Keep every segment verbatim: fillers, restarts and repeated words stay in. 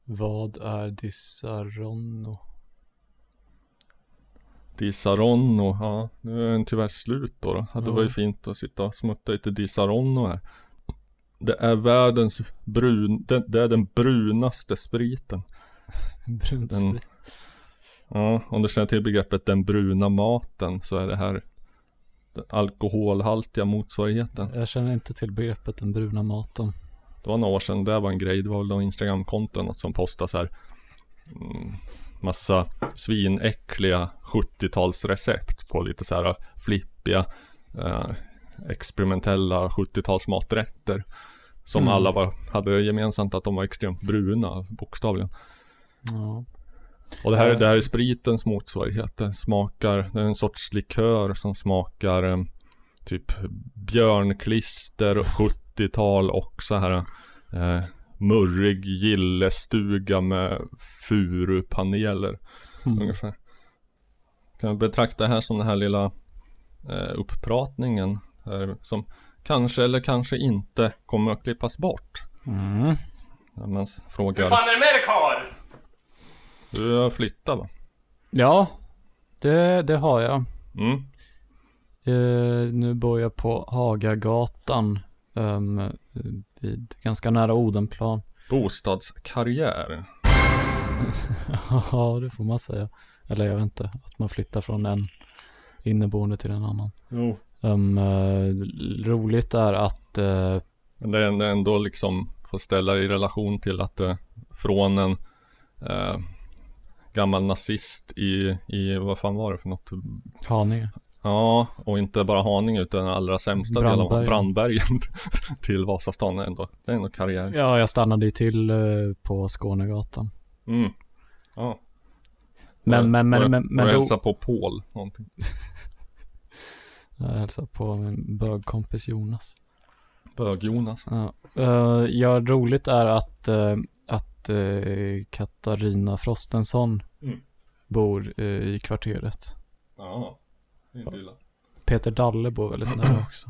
Vad är Disaronno? Disaronno, ja. Nu är den tyvärr slut då. då. Ja, det Ja. var ju fint att sitta och smutta lite Disaronno här. Det är världens brun... Det, det är den brunaste spriten. Brunt Den, sprit. ja, om du känner till begreppet den bruna maten så är det här den alkoholhaltiga motsvarigheten. Jag känner inte till begreppet den bruna maten. Det var några år sedan, det var en grej. Det var väl någon Instagram-konton som postade så här mm, massa svinäckliga sjuttiotalsrecept på lite så här flippiga eh, experimentella sjuttio-tals maträtter som Mm. alla var, hade gemensamt att de var extremt bruna, bokstavligen. Ja. Och det här, Eh. det här är spritens motsvarighet. Det smakar, det är en sorts likör som smakar eh, typ björnklister, sjuttiotal och så här eh, murrig gillestuga med furupaneler Mm. ungefär. Kan jag betrakta det här som den här lilla eh, uppratningen här, som kanske eller kanske inte kommer att klippas bort. Mm. När man frågar, Fan är det med dig, karl? du har flyttat va? Ja, det, det har jag. Mm. Eh, nu bor jag på Hagagatan. Um, vid, ganska nära Odenplan. Bostadskarriär. Ja, det får man säga. Eller jag vet inte, att man flyttar från en inneboende till en annan. Jo. Um, uh, roligt är att uh, Men det är ändå liksom får ställa i relation till att uh, från en uh, gammal nazist i, i, vad fan var det för något? Haninge. Ja, och inte bara Haninge utan den allra sämsta delen av Brandbergen. Brandbergen till Vasastan är ändå. Det är ändå karriär. Ja, jag stannade ju till uh, på Skånegatan. Mm. Ja. Men, men, men, och, men, men och då, hälsa på Paul någonting. jag hälsar på min bögkompis Jonas. Bög-Jonas. Ja, uh, ja, roligt är att, uh, att uh, Katarina Frostenson Mm. bor uh, i kvarteret. Ja, det är inte illa. Peter Dalle bor väldigt nära också.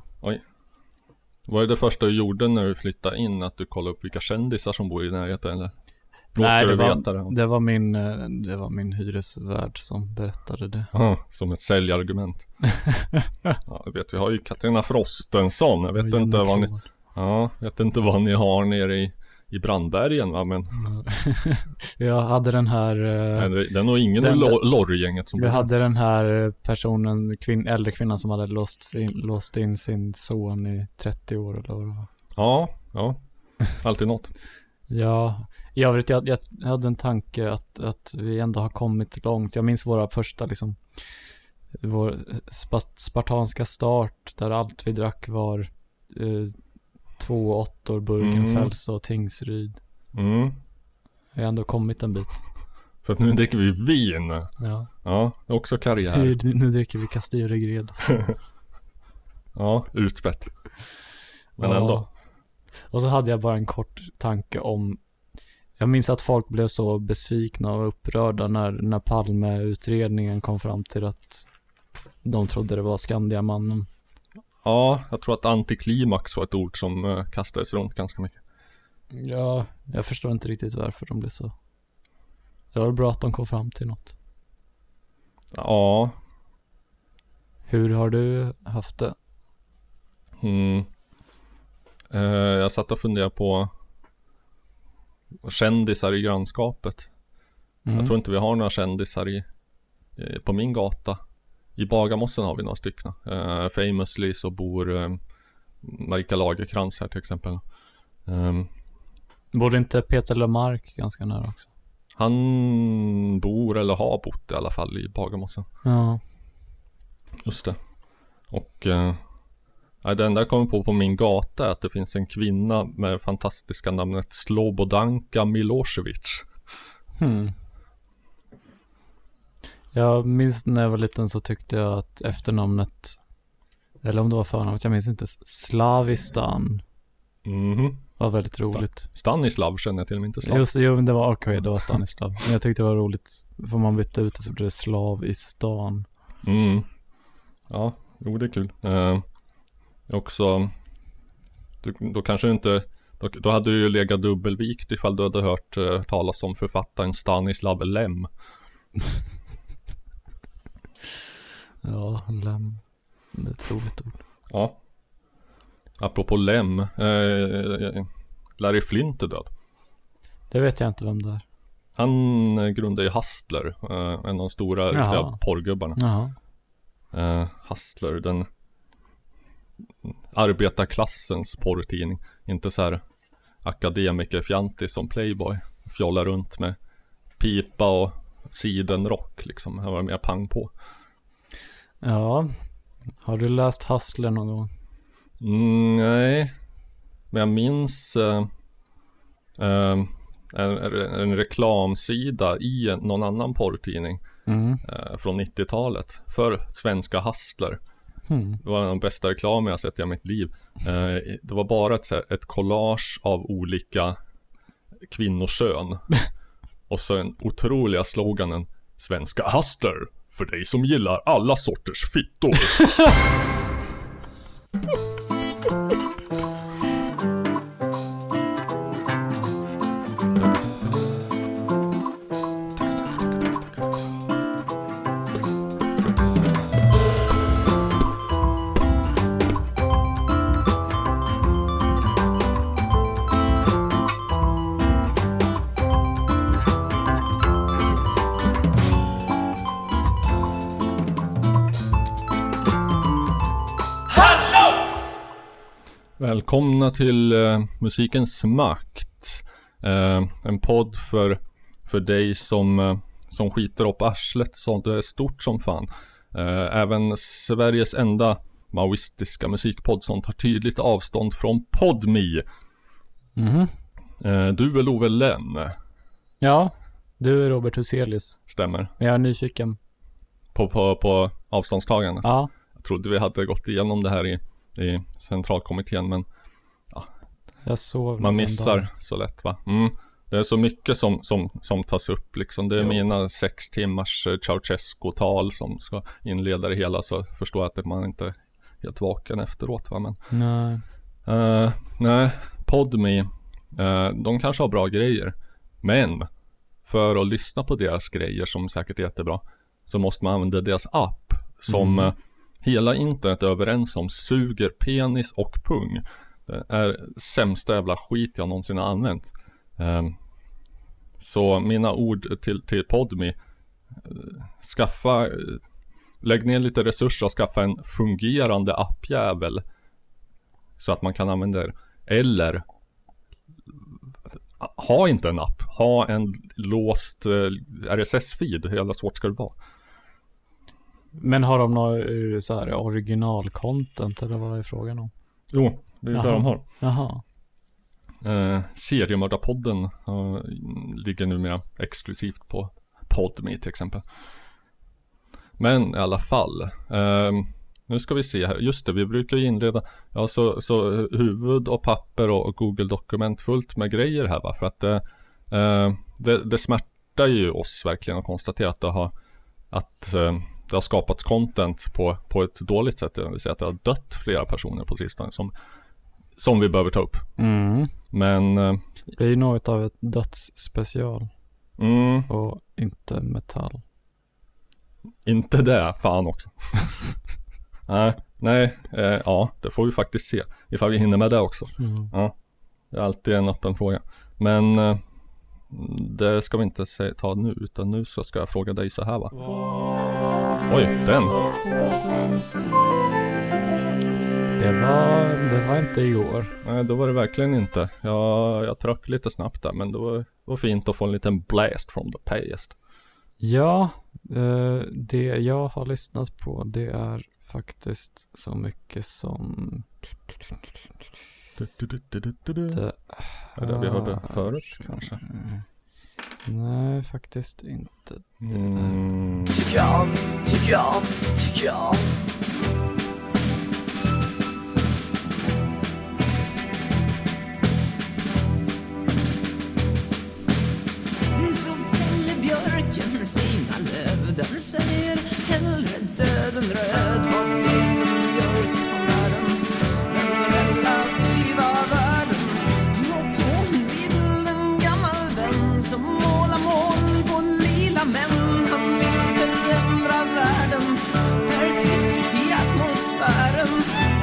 Var det det första du gjorde när du flyttade in? Att du kollade upp vilka kändisar som bor i närheten eller? Nej, Råkar det du var, veta det? det var min uh, det var min hyresvärd som berättade det. Ja, som ett säljargument. Ja, jag vet, vi har ju Katarina Frostenson. Jag vet Och inte vad ni, Janne ja, jag vet inte vad ni har nere i, i Brandbergen va, men Claude. Jag hade den här uh, nej, det, det är nog ingen den- i lo- lorrgänget som vi bor där. hade den här personen, kvin- äldre kvinnan som hade låst in, låst in sin son i trettio år eller vad det var. Ja, ja. Alltid något. Ja, jag vet, jag, jag hade en tanke att, att vi ändå har kommit långt. Jag minns våra första liksom, vår spa- spartanska start där allt vi drack var eh, två åttor, Burgenfels och Tingsryd. Mm. Jag har ändå kommit en bit. För att nu dricker vi vin. Ja. Ja, det är också karriär. Nu, nu dricker vi Castille Regred. Ja, utspätt. Men Ja. ändå. Och så hade jag bara en kort tanke om, jag minns att folk blev så besvikna och upprörda när, när Palme-utredningen kom fram till att de trodde det var Skandiamannen. Ja, jag tror att antiklimax var ett ord som uh, kastades runt ganska mycket. Ja, jag förstår inte riktigt varför de blev så. Det var bra att de kom fram till något. Ja. Hur har du haft det? Mm. Uh, jag satt och funderade på kändisar i grannskapet. Mm. Jag tror inte vi har några kändisar i, i, på min gata. I Bagarmossen har vi några stycken. Uh, famously så bor um, Marika Lagerkrans här till exempel. Um, Borde inte Peter Lemark ganska nära också? han bor eller har bott i alla fall i Bagarmossen. Ja. Just det. Och uh, det enda jag kommer på på min gata är att det finns en kvinna med fantastiska namnet Slobodanka Milosevic. Hmm. Jag minns när jag var liten så tyckte jag att efternamnet, eller om det var förnamnet, jag minns inte, Slavistan Mhm. var väldigt roligt. Stanislav känner jag till och med inte Slav. Just, jo, men det var okej, okay, det var Stanislav. Men jag tyckte det var roligt, för man bytte ut det så blev det Slav i stan. Mm. Ja, jo det är kul. Eh, också, du, då kanske du inte, då Och då hade du ju legat dubbelvikt ifall du hade hört uh, talas om författaren Stanislav Lem. Ja, Lem. Det är ett roligt ord. Ja. Apropå Lem. Eh, Larry Flint är död. Det vet jag inte vem det är. Han grundade ju Hustler. Eh, en av de stora riktiga porrgubbarna. Jaha. Eh, Hustler, den arbetarklassens porrtidning. Inte så här akademikerfjantig som Playboy. Fjollar runt med pipa och sidenrock liksom. Han var mer pang på. Ja. Har du läst Hustler någon gång? Mm, nej. Men jag minns uh, uh, en, en reklamsida i någon annan porrtidning mm. uh, från nittiotalet för svenska Hustler. Mm. Det var den bästa reklamen jag sett i mitt liv. Uh, det var bara ett, ett collage av olika kvinnokön. Och så den otroliga sloganen: svenska Hustler, för dig som gillar alla sorters fittor. Välkomna till uh, Musikens makt. Uh, en podd för, för dig som, uh, som skiter upp arslet så det är stort som fan. Uh, även Sveriges enda maoistiska musikpodd som tar tydligt avstånd från PodMe. Mm. Uh, du är Love Lem. Ja, du är Robert Huselius. Stämmer. Jag är nyfiken. På, på, på avståndstagandet. Ja. Jag trodde vi hade gått igenom det här i i centralkommittén, men ja, jag sov man missar så lätt va. Mm. Det är så mycket som, som, som tas upp liksom. Det är jo. mina sex timmars Ceausescu-tal som ska inleda det hela, så förstår jag att man inte är helt vaken efteråt va, men nej, uh, nej PodMe, uh, de kanske har bra grejer, men för att lyssna på deras grejer som säkert är jättebra så måste man använda deras app som mm. uh, hela internet är överens om suger penis och pung. Det är sämsta jävla skit jag någonsin har använt. Um, så mina ord till, till PodMe: uh, skaffa, uh, lägg ner lite resurser och skaffa en fungerande appjävel så att man kan använda det. Eller uh, ha inte en app, ha en låst uh, R S S-feed. Hur jävla svårt ska det vara? Men har de något så här original-content eller vad är frågan om? Jo, det är det de har. Jaha. Eh, Seriemördarpodden eh, ligger numera exklusivt på PodMe till exempel. Men i alla fall, eh, nu ska vi se här. Just det, vi brukar ju inleda ja, så, så huvud och papper och, och Google-dokument fullt med grejer här va? För att eh, det, det smärtar ju oss verkligen att konstatera att det har att eh, det har skapats content på, på ett dåligt sätt. Det vill säga att det har dött flera personer på sistone som, som vi behöver ta upp. Mm. Men eh, det är ju något av ett dödsspecial. Mm. Och inte metall. Inte det, fan också. nej, nej eh, ja, det får vi faktiskt se. Ifall vi hinner med det också. Mm. Ja, det är alltid en öppen fråga. Men eh, det ska vi inte se, ta nu, utan nu så ska jag fråga dig så här va. Oj, den. Det var, det var inte igår. Nej, då var det verkligen inte. Jag, jag tryckte lite snabbt där, men det var, det var fint att få en liten blast from the past. Ja, det jag har lyssnat på, det är faktiskt så mycket som... Det, är det vi hörde förut kanske? Nej, faktiskt inte. Mm. Tycker jag, tycker jag, tycker jag. Så fäller björken med sina löv. Den säger hellre döden röd. Vad vet som björk om världen? Den relativa världen. måla moln på lila män. Han vill förändra världen per tryck i atmosfären.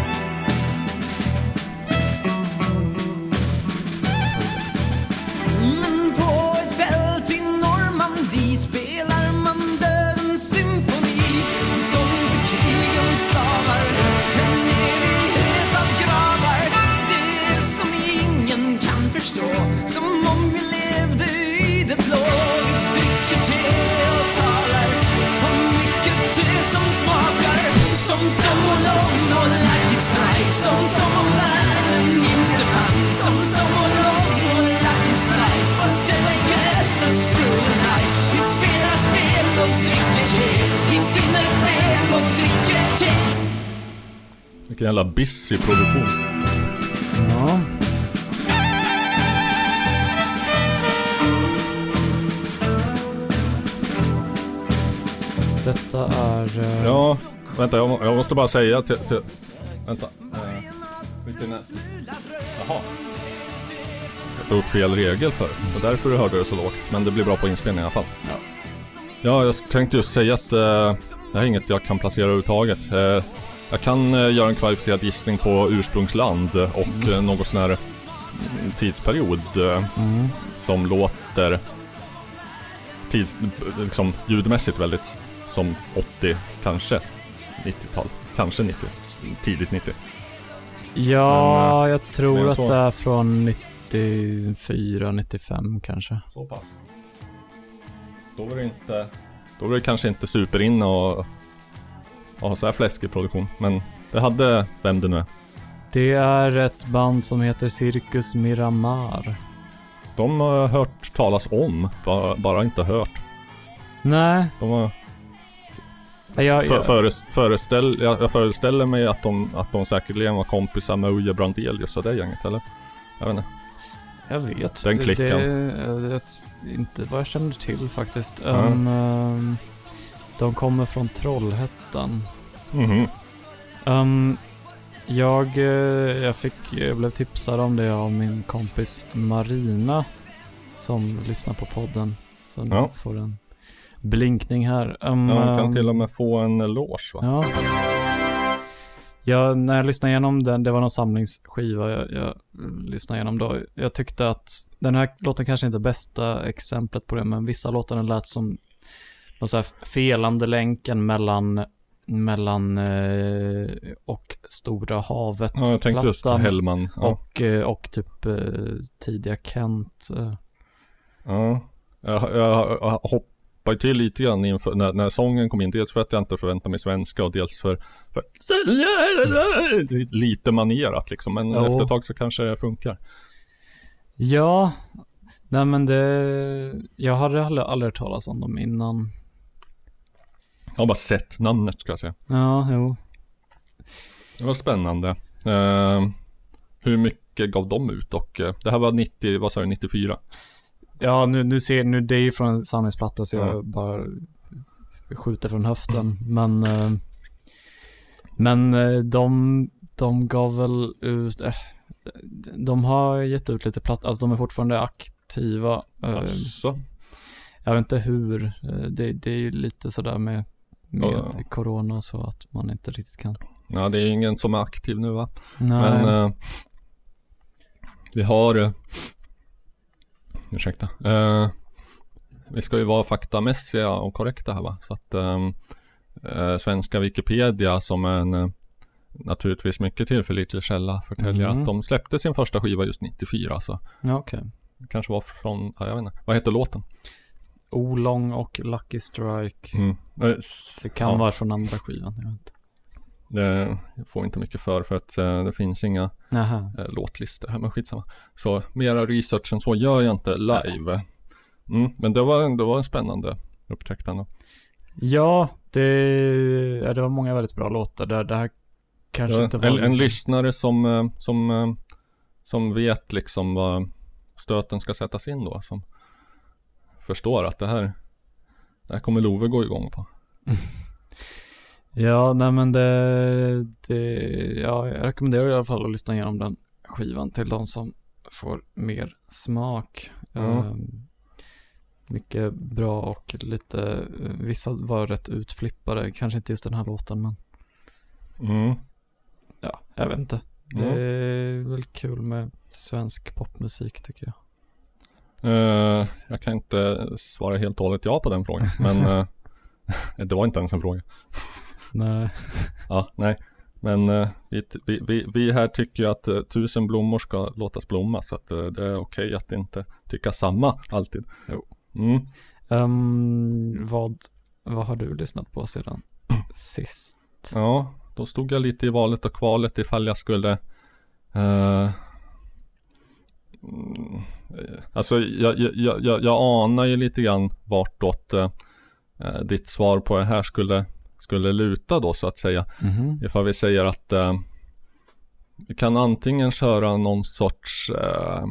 Men på ett fält i Normandie spelar man dödens symfoni, som för krigen stavar en evighet av gravar. Det är som ingen kan förstå, som om vi levde i det blå. Vi dricker te och talar om mycket te som smakar som Somolong och Lucky Strike, som som om världen inte fanns, som Somolong och Lucky Strike. But they get us through the night. Vi spelar spel och dricker te, vi finner fel och dricker te. Vilken jävla busy produktion. Ja. Detta är... eh, Ja, vänta, jag, må, jag måste bara säga till... till vänta. Eh, vilken är... Jaha. Jag tog upp fel regel för. Och därför du hörde det så lågt. Men det blir bra på inspelning i alla fall. Ja. Ja, jag tänkte just säga att eh, det här är inget jag kan placera överhuvudtaget. Eh, jag kan eh, göra en kvalificerad gissning på ursprungsland och mm. eh, någon sån här mm, tidsperiod eh, Mm. som låter tid, liksom ljudmässigt väldigt som åttio, kanske nittiotal, kanske nittio, tidigt nittio. Ja, Men, jag tror men att så- det är från nittiofyra, nittiofem kanske. Så pass. Då var det inte, då var det kanske inte superinne och, och ha så här fläskig produktion, men det hade vem det nu är. Det är ett band som heter Circus Miramar. De har hört talas om, bara, bara inte hört. Nej, De har jag, för, jag, föres, föreställ, jag, jag föreställer mig att de, att de säkerligen var kompisar med Uje Brandelius och det gänget, eller? Jag vet inte. jag vet. Den klicken. Det är inte vad jag känner till faktiskt. Ja. Um, um, de kommer från Trollhättan. Mhm. Um, jag, eh, jag, fick, jag blev tipsad om det av min kompis Marina som lyssnar på podden. Så nu Ja. får en blinkning här. Um, Ja, man kan um, till och med få en eloge, va? Ja. Ja, när jag lyssnade igenom den, det var någon samlingsskiva jag, jag lyssnade igenom då. Jag tyckte att den här låten kanske inte är bästa exemplet på det, men vissa låtar lät som någon så här felande länken mellan mellan eh, och Stora havet. Ja, jag tänkte just plattan Hellman. Ja. och, eh, och typ eh, tidiga Kent. Eh. Ja. Jag, jag, jag hoppar till lite grann inför, när, när sången kom in. Dels för att jag inte förväntar mig svenska och dels för, för lite manierat liksom. Men Jo. efter ett tag så kanske det funkar. Ja, nej men det, jag hade aldrig, aldrig hört talas om dem innan. Jag har bara sett namnet, ska jag säga. Ja, jo. Det var spännande. Uh, hur mycket gav de ut? Och uh, det här var nittio, vad sa du, nittiofyra? Ja, nu, nu ser nu det är ju från en samlingsplatta så jag Ja. bara skjuter från höften. Men eh, men eh, de de gav väl ut eh, de har gett ut lite platt, alltså de är fortfarande aktiva. Eh, Alltså. jag vet inte hur. Eh, det, det är ju lite sådär med med Ja. corona så att man inte riktigt kan. Ja, det är ingen som är aktiv nu, va? Nej. Men uh, vi har uh, ursäkta uh, vi ska ju vara faktamässiga och korrekta här, va? Så att um, uh, svenska Wikipedia, som är en uh, naturligtvis mycket tillförlitlig källa, förtäljer Mm. att de släppte sin första skiva just nittiofyra. Så Ja, okej. det kanske var från, ja, jag vet inte. Vad heter låten? Olong och Lucky Strike. Mm. Uh, Det kan ja, vara från andra skivan, jag vet inte. det får inte mycket för för att uh, det finns inga Nähä. eh, låtlistor här, men skitsamma. Så mera research än så gör jag inte live. Mm, men det var, det var en spännande upptäckt ändå. Ja, det, ja, det var många väldigt bra låtar där. Det här kanske Ja, inte var en, en liksom- lyssnare som, eh, som, eh, som vet liksom vad stöten ska sättas in då, som förstår att det här, det här kommer Love gå igång på. Ja, nej men det, det ja, jag rekommenderar i alla fall att lyssna igenom den skivan till de som får mer smak. Ja. Ehm, mycket bra och lite, vissa var rätt utflippade, kanske inte just den här låten, men Mm. ja, jag vet inte. Det Mm. är väl kul med svensk popmusik tycker jag. Uh, jag kan inte svara helt och hållet ja på den frågan. Men uh, det var inte ens en fråga. Nej. Ja, nej. Men uh, vi, vi, vi, vi här tycker ju att uh, tusen blommor ska låtas blomma. Så att uh, det är okej att inte tycka samma alltid. Jo. Mm. Um, vad, vad har du lyssnat på sedan sist? Ja, då stod jag lite i valet och kvalet ifall jag skulle uh, mm, alltså jag, jag, jag, jag anar ju lite grann vartåt uh, ditt svar på det här skulle, skulle luta då så att säga. Mm-hmm. Ifall vi säger att uh, vi kan antingen köra någon sorts uh,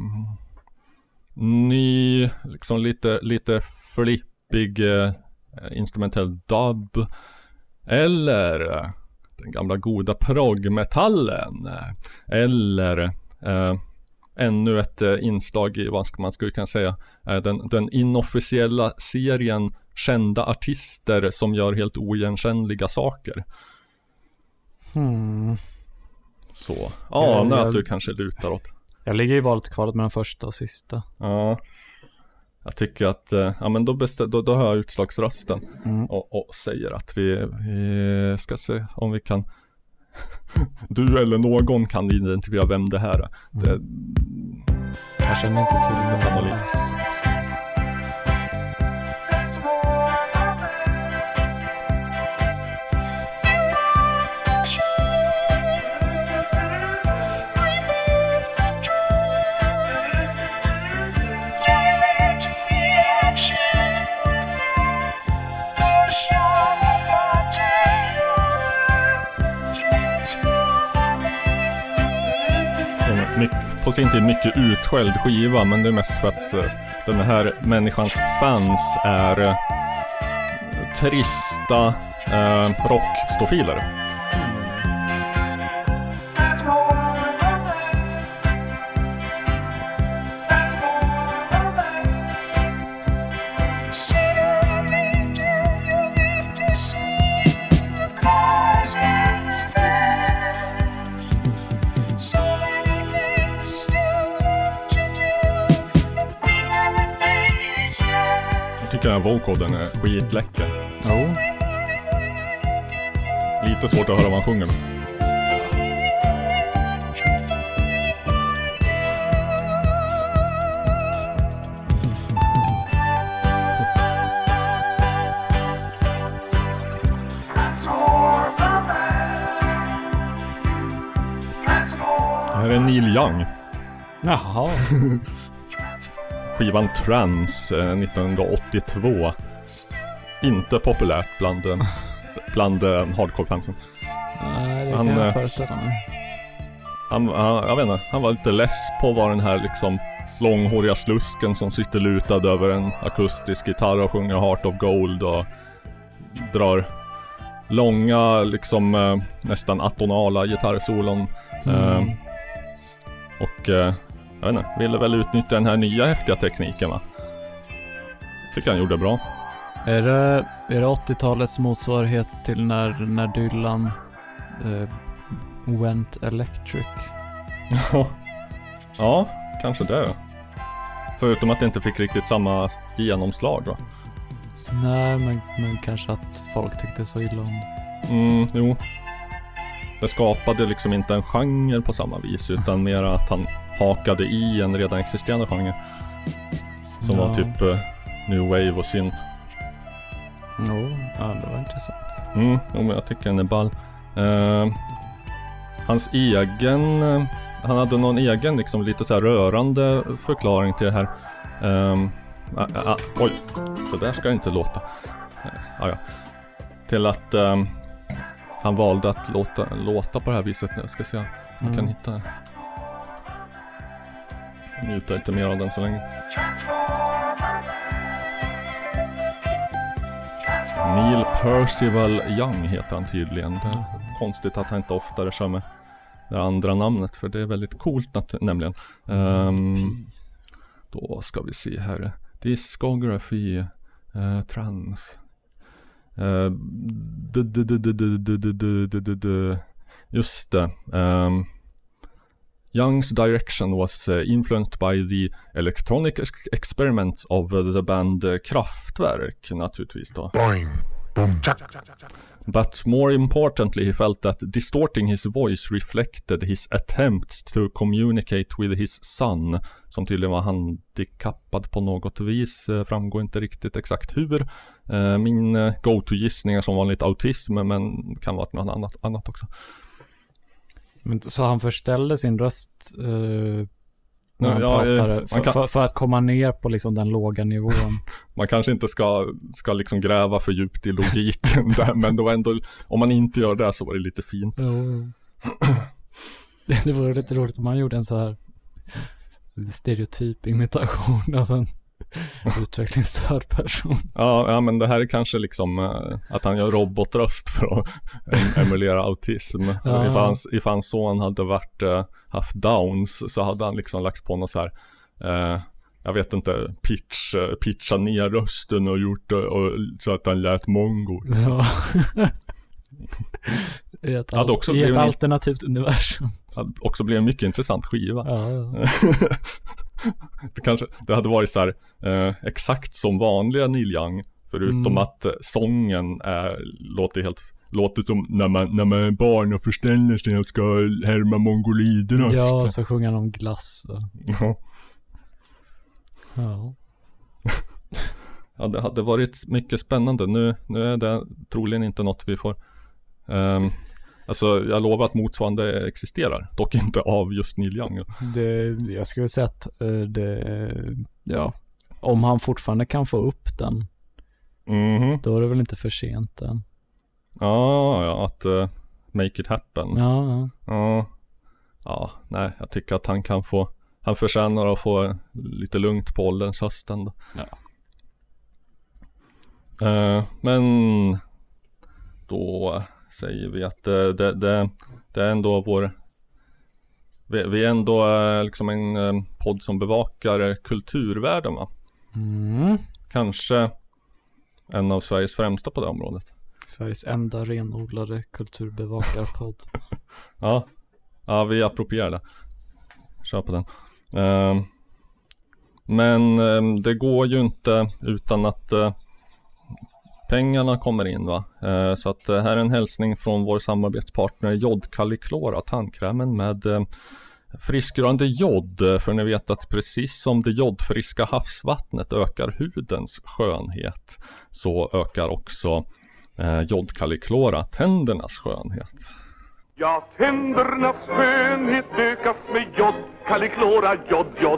ny, liksom lite, lite flippig uh, instrumentell dub, eller uh, den gamla goda progmetallen, eller uh, ännu ett uh, inslag i vad ska man skulle kunna säga uh, den, den inofficiella serien kända artister som gör helt oigenkännliga saker. Hmm. Så, ja, jag, att jag, du kanske lutar åt. Jag ligger i valet kvalet med den första och sista. Ja, jag tycker att ja, men då, bestä- då, då hör jag utslagsrösten mm. och, och säger att vi, vi ska se om vi kan du eller någon kan identifiera vem det här är. Mm. Det, jag känner inte till det sannolikt. På sin tid mycket utskälld skiva, men det är mest för att uh, den här människans fans är uh, trista uh, rockstofiler. Den här vocoden är skitläcker. Jo. Lite svårt att höra vad han sjunger. Det här är Neil Young. Jaha. Skivan Trans eh, nittonhundraåttiotvå. Inte populärt bland, eh, bland eh, hardcore-fansen. Nej, det han, kan jag eh, föreställa mig. Han, han, jag vet inte, han var lite less på vad den här liksom långhåriga slusken som sitter lutad över en akustisk gitarr och sjunger Heart of Gold och drar långa liksom eh, nästan atonala gitarrsolon. Mm. Eh, och eh, jag vet inte, ville väl utnyttja den här nya häftiga tekniken, va? Tycker han gjorde bra. Är det, är det åttiotalets motsvarighet till när, när Dylan eh, went electric? Ja, kanske det. Förutom att det inte fick riktigt samma genomslag, va? Nej, men, men kanske att folk tyckte så illa om det. Mm, jo. Det skapade liksom inte en genre på samma vis, utan mer att han hakade i en redan existerande genre. Som ja. var typ uh, new wave och synt. Jo, ja, det var intressant. Mm, jo, men jag tycker den är ball. Uh, hans egen... Uh, han hade någon egen liksom lite så här rörande förklaring till det här. Um, uh, uh, uh, oj, så där ska det inte låta. Uh, uh, ja. Till att um, han valde att låta, låta på det här viset. Jag ska se om jag mm. kan hitta det. Jag njuter inte mer av den så länge. Neil Percival Young heter han tydligen. Det är konstigt att han inte oftare kör med det andra namnet, för det är väldigt coolt nämligen. Um, då ska vi se här. discography, uh, trans. Uh, d- d- d- d- d- d- d- d- d- d- d- just det. Um, Young's direction was uh, influenced by the electronic ex- experiments of uh, the band uh, Kraftwerk, naturligtvis då. Boing, boom, chak. But more importantly, he felt that distorting his voice reflected his attempts to communicate with his son, som tydligen var handikappad på något vis, framgår inte riktigt exakt hur. Min go-to-gissning är som vanligt autism, men kan vara något annat, annat också. Men, så han förställde sin röst uh, när ja, han ja, pratade, man kan... för, för att komma ner på liksom den låga nivån. Man kanske inte ska, ska liksom gräva för djupt i logiken där, men då ändå, om man inte gör det så var det lite fint. Jo. Det vore lite roligt om man gjorde en så här stereotyp imitation av en utvecklingsstörd person. Ja, ja, men det här är kanske liksom uh, att han gör robotröst för att em- emulera autism. Ja. Ifall, hans, ifall hans son hade varit, uh, haft downs, så hade han liksom lagt på något så här, uh, jag vet inte, pitch, uh, pitcha ner rösten och gjort det uh, så att han lät mongo. Ja. I ett, al- också i ett blivit- alternativt universum. Det hade också blivit en mycket intressant skiva. Ja, ja. Det kanske, det hade varit så här uh, exakt som vanliga Neil Young, förutom Mm. att uh, sången är, låter helt låter som när man, när man är barn och förställer sig och ska härma mongoliderna. Ja, så sjunger han om glass. Och... Ja. Ja. Ja, det hade varit mycket spännande. Nu, nu är det troligen inte något vi får. Um, alltså, jag lovar att motsvarande existerar. Dock inte av just Neil Young. Det, jag skulle säga att uh, det, ja, om han fortfarande kan få upp den, Mhm. då är det väl inte för sent än. Ja, ja, att uh, make it happen. Ja, ja. Ja. Ja, nej, jag tycker att han kan få, han förtjänar att få lite lugnt på ålderns hösten då. Ja. Uh, men då säger vi att det, det, det, det är ändå vår, vi, vi är ändå uh, liksom en uh, podd som bevakar uh, kulturvärden, va? Mm. Kanske en av Sveriges främsta på det området. Sveriges enda renodlade kulturbevakarpodd. Ja, ja, vi approprierar det. Kör på den. Uh, men uh, det går ju inte utan att uh, pengarna kommer in, va? Uh, så att uh, här är en hälsning från vår samarbetspartner Jodkalichlora, tandkrämen med uh, friskgörande jod. För ni vet att precis som det jodfriska havsvattnet ökar hudens skönhet, så ökar också uh, Jodkalichlora tändernas skönhet. Ja, tändernas skönhet ökas med jod, Kalichlora, jod, jod.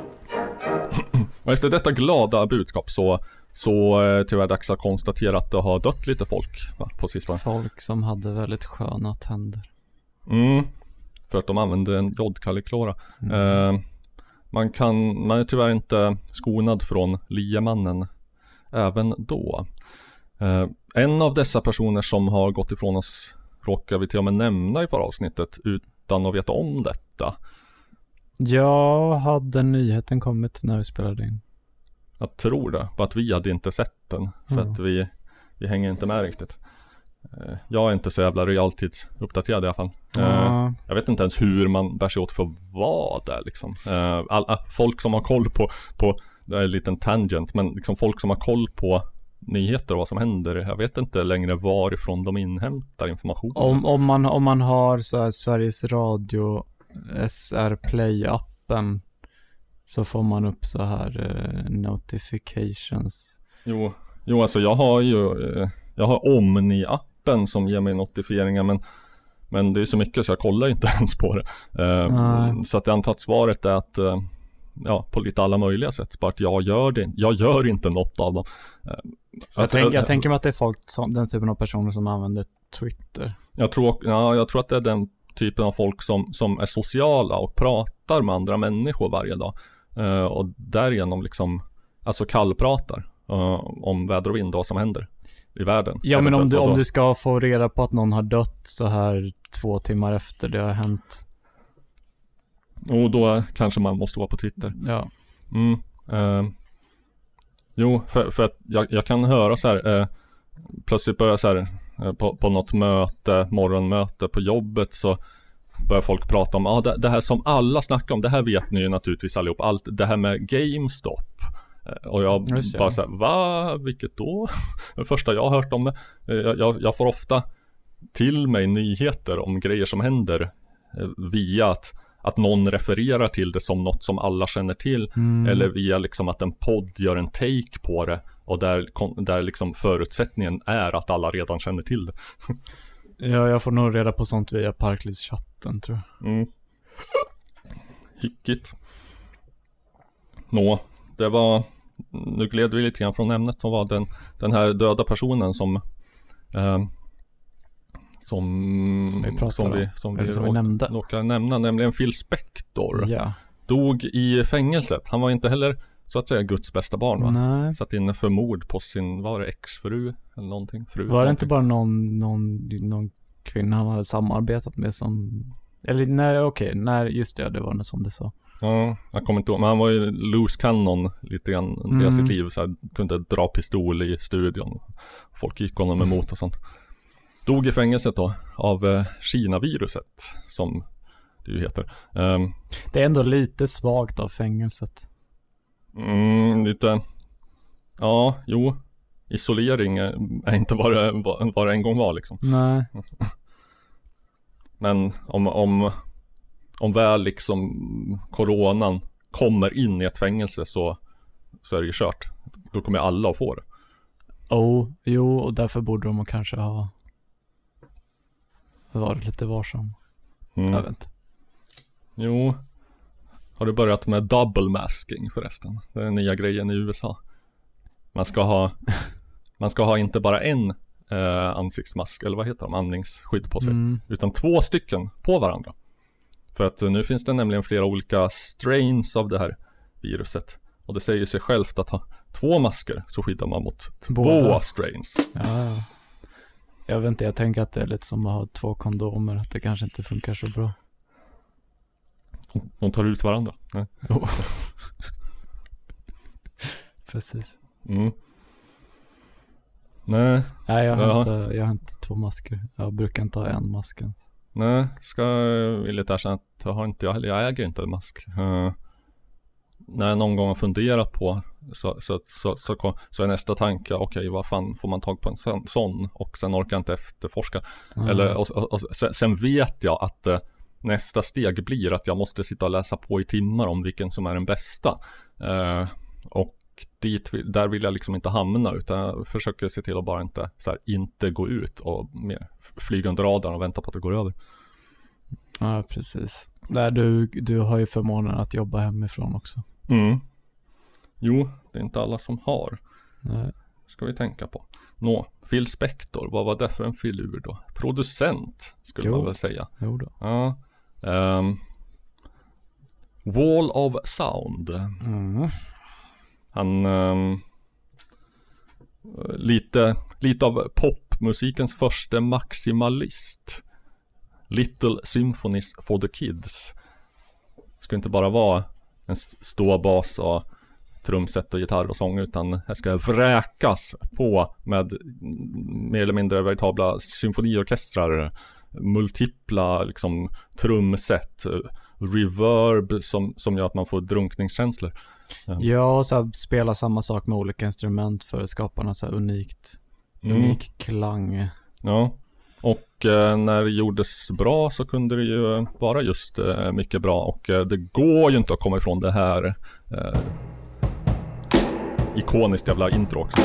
Och efter detta glada budskap så, så eh, tyvärr dags att konstatera att det har dött lite folk, va, på sistone. Folk som hade väldigt sköna tänder. Mm, för att de använde en jodkalichlora. Mm. Eh, man kan, man är tyvärr inte skonad från liemannen även då. Eh, en av dessa personer som har gått ifrån oss råkar vi till och med nämna i förra avsnittet utan att veta om detta. Ja, hade nyheten kommit när vi spelade in? Jag tror det, bara att vi hade inte sett den. För Mm. att vi, vi hänger inte med riktigt. Eh, Jag är inte så jävla realtidsuppdaterad i alla fall. Eh, Ja. Jag vet inte ens hur man bär sig åt för vad det är liksom. Eh, Alla folk som har koll på, på det är en liten tangent, men liksom folk som har koll på nyheter och vad som händer. Jag vet inte längre varifrån de inhämtar information. Om, om, man, om man har så här Sveriges Radio S R Play-appen, så får man upp så här eh, notifications. Jo, jo, alltså jag har ju eh, jag har Omni-appen som ger mig notifieringar, men men det är så mycket så jag kollar inte ens på det. Eh, Nej. så att jag antar att svaret är att eh, ja, på lite alla möjliga sätt. Bara att jag gör det. Jag gör inte något av dem. Eh, Jag, att- tänk, jag tänker mig att det är folk som, den typen av personer som använder Twitter. Jag tror, ja, jag tror att det är den typen av folk som, som är sociala och pratar med andra människor varje dag. Eh, och därigenom liksom, alltså kallpratar eh, om väder och vind och vad som händer i världen. Ja, men om Eventuellt, du, och om då- du ska få reda på att någon har dött så här två timmar efter det har hänt. Och då kanske man måste vara på Twitter. Ja. Mm, eh, Jo, för, för att jag, jag kan höra så här eh, plötsligt börjar så här eh, på, på något möte, morgonmöte på jobbet, så börjar folk prata om ah, det, det här som alla snackar om, det här vet ni ju naturligtvis allihop, allt det här med GameStop. Eh, och jag bara så här, va? Vilket då? Det första jag har hört om det. Eh, jag, jag får ofta till mig nyheter om grejer som händer eh, via att Att någon refererar till det som något som alla känner till. Mm. Eller via liksom att en podd gör en take på det. Och där, där liksom förutsättningen är att alla redan känner till det. Ja, jag får nog reda på sånt via Parklivschatten, tror jag. Mm. Hickigt. Nå, det var... Nu gled vi lite grann från ämnet som var den, den här döda personen som... Eh, Som, som vi pratade som vi, om, som eller vi som vi nämnde. råkar nämna, nämligen Phil Spector. Ja. Dog i fängelset. Han var inte heller, så att säga, Guds bästa barn, va? Nej. Satt inne för mord på sin, var det exfru eller någonting? Fru, var det någonting. inte bara någon, någon, någon kvinna han hade samarbetat med som... Eller nej, okej, okay, nej, just det, det var det som det sa. Ja, jag kommer inte ihåg, men han var ju loose cannon lite grann mm. i sitt liv, så här, kunde dra pistol i studion. Folk gick honom emot och sånt. Dog i fängelset då av eh, Kina-viruset, som det ju heter. Um, det är ändå lite svagt av fängelset. Mm, lite... Ja, jo. Isolering är, är inte vad det, vad det en gång var liksom. Nej. Men om, om, om väl liksom coronan kommer in i ett fängelse så, så är det ju kört. Då kommer alla att få det. Oh, jo, och därför borde de kanske ha varit lite varsam. Mm. Jag vet inte. Jo. Har du börjat med double masking förresten? Det är den nya grejen i U S A. Man ska ha man ska ha inte bara en eh, ansiktsmask, eller vad heter de, andningsskydd på sig, mm. utan två stycken på varandra. För att nu finns det nämligen flera olika strains av det här viruset. Och det säger sig självt att ha två masker så skyddar man mot Båda. två strains. Ja. Jag vet inte, jag tänker att det är lite som att ha två kondomer, att det kanske inte funkar så bra. De tar ut varandra. Nej. Oh. Precis. Mm. Nej. Nej, jag har, inte, jag har inte två masker. Jag brukar inte ha en mask ens. Nej, ska villigt erkänna att jag har inte, jag, jag äger inte en mask. Uh, när jag någon gång har funderat på så, så, så, så, så är nästa tanke, okej, okay, vad fan får man tag på en sån, sån och sen orkar jag inte efterforska. Mm. Eller, och, och, och, sen, sen vet jag att uh, nästa steg blir att jag måste sitta och läsa på i timmar om vilken som är den bästa. Uh, och dit, där vill jag liksom inte hamna, utan jag försöker se till att bara inte, så här, inte gå ut och mer flyga under radarn och vänta på att det går över. Ja, precis. Nej, du, du har ju förmånen att jobba hemifrån också. Mm. Jo, det är inte alla som har. Nej. Ska vi tänka på. Nå, Phil Spector, vad var det för en filur då? Producent, skulle jo. man väl säga. Jo då. Ja. Um, Wall of Sound. Mm. Han um, lite, lite av popmusikens första maximalist. Little Symphonies for the Kids. Det ska inte bara vara en ståbas och trumset och gitarr och sång, utan här ska vräkas på med mer eller mindre veritabla symfoniorkestrar, multipla liksom trumset, reverb som, som gör att man får drunkningskänslor. Ja, så här, spela samma sak med olika instrument för att skapa något så här unikt, mm. unik klang. Ja, och eh, när det gjordes bra så kunde det ju vara just eh, mycket bra, och eh, det går ju inte att komma ifrån det här eh, ikoniskt jävla intro också.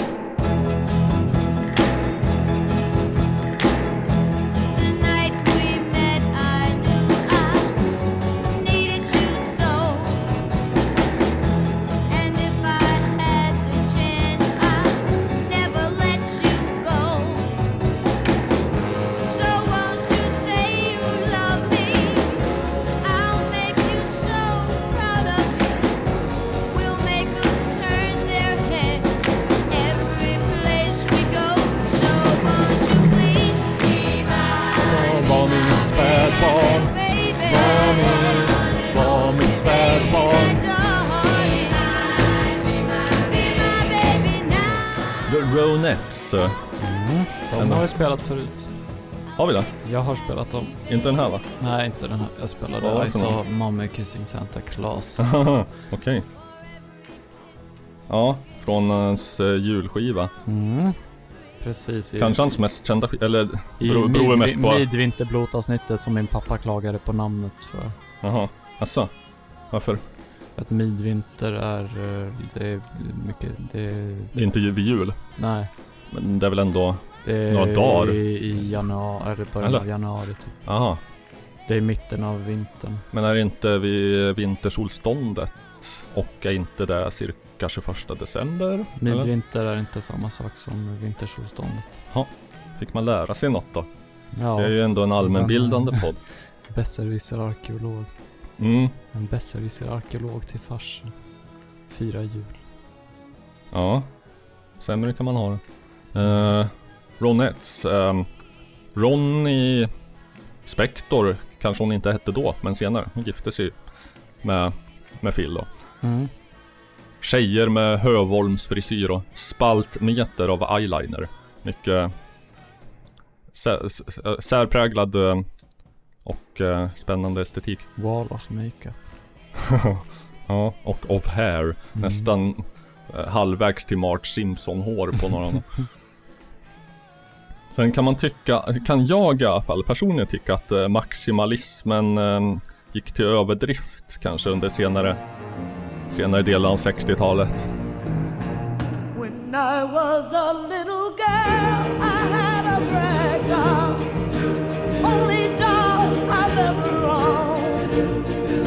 Ronettes. Mm. De Ändå. har vi spelat förut. Har vi det? Jag har spelat dem. Inte den här va? Nej, inte den här. Jag spelade Vad var det I för saw Mommy Kissing Santa Claus. Okej. Okay. Ja, från hans uh, julskiva. Mm. Precis. I, Kanske hans mest kända skiva, eller i bro, beror mid, mest på... midvinterblot-avsnittet som min pappa klagade på namnet för. Jaha, asså? Varför? Att midvinter är, eh, det är mycket, det är, Det är inte vid jul, nej. men det är väl ändå... Det är Några dagar. i, i januari, eller början Eller? av januari typ. Jaha, Det är mitten av vintern. men är det inte vid vintersolståndet? Och är inte det cirka tjugoförsta december? eller? Midvinter är inte samma sak som vintersolståndet. Fick man lära sig något då? Ja, Det är ju ändå en allmänbildande podd. besserwisser-arkeolog. Mm, En besserwisser-arkeolog till farsen. Fyra jul. ja. Sämre kan man ha det. Uh, Ronettes. Um, Ronny Spector kanske hon inte hette då, men senare. Hon gifte sig med, med Phil då. Mm. Tjejer med Hövolmsfrisyr och spaltmeter av eyeliner. Mycket sär, sär, särpräglad eh, och eh, spännande estetik. Wall of makeup. Ja, och of hair. Mm. Nästan eh, halvvägs till Marge Simpson-hår på några. Sen kan man tycka, kan jag i alla fall personligen tycka att eh, maximalismen eh, gick till överdrift kanske under senare senare delen av sextiotalet. When I was a little girl, I had a rag doll, only doll I've ever owned.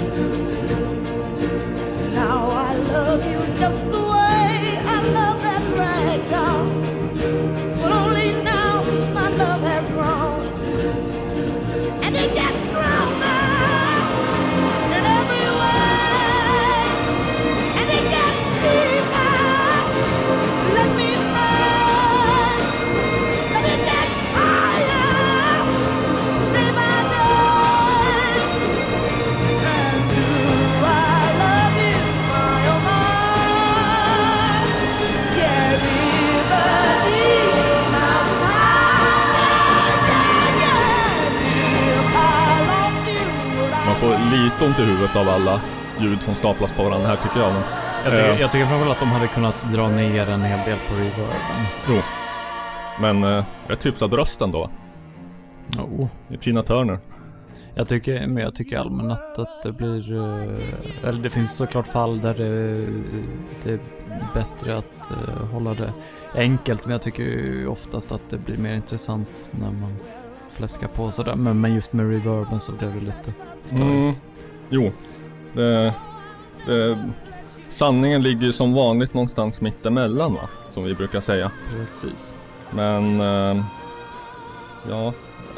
Now I love you just the way I love that rag doll, but only now my love has grown, and it gets stronger in every way, and it gets deeper. Let me say, but it gets higher day by day. And do I love you, my oh my? Yeah, river deep, my mind, yeah, yeah. If I lost you, would I Man får lite ont i huvudet av alla ljud som staplas på varandra här tycker jag. Men, Jag tycker, eh, jag tycker framförallt att de hade kunnat dra ner en hel del på reverben. jo. Men eh, rätt hyfsad röst ändå. Oh. Det är Tina Turner. Jag tycker, men jag tycker allmänt att, att det blir, eh, eller det finns såklart fall där det, det är bättre att eh, hålla det enkelt, men jag tycker ju oftast att det blir mer intressant när man fläskar på sådär, men, men just med reverben så blir det lite störigt. Mm. Jo. Det, det, sanningen ligger ju som vanligt någonstans mittemellan va? Som vi brukar säga. Precis. Men eh, ja.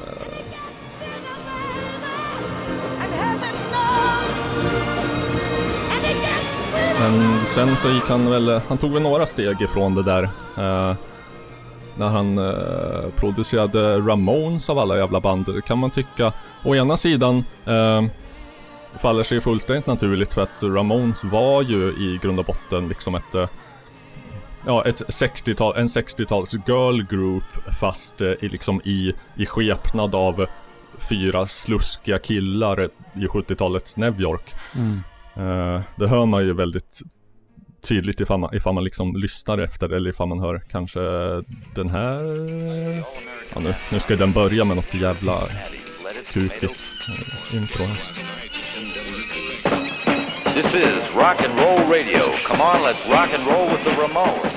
and heaven knows, and it gets sweeter. Men sen så gick han väl, han tog väl några steg ifrån det där eh, när han eh, producerade Ramones av alla jävla band, kan man tycka. Å ena sidan eh, faller sig fullständigt naturligt för att Ramones var ju i grund och botten liksom ett eh, ja, ett sextiotal, en sextiotals girl group fast eh, i, liksom i, i skepnad av fyra sluskiga killar i sjuttiotalets New York. Mm. Uh, det hör man ju väldigt tydligt ifall man, ifall man liksom lyssnar efter eller ifall man hör kanske den här ja, nu, nu ska den börja med något jävla kukigt uh, intro. This is rock and roll radio. Come on, let's rock and roll with the Ramones.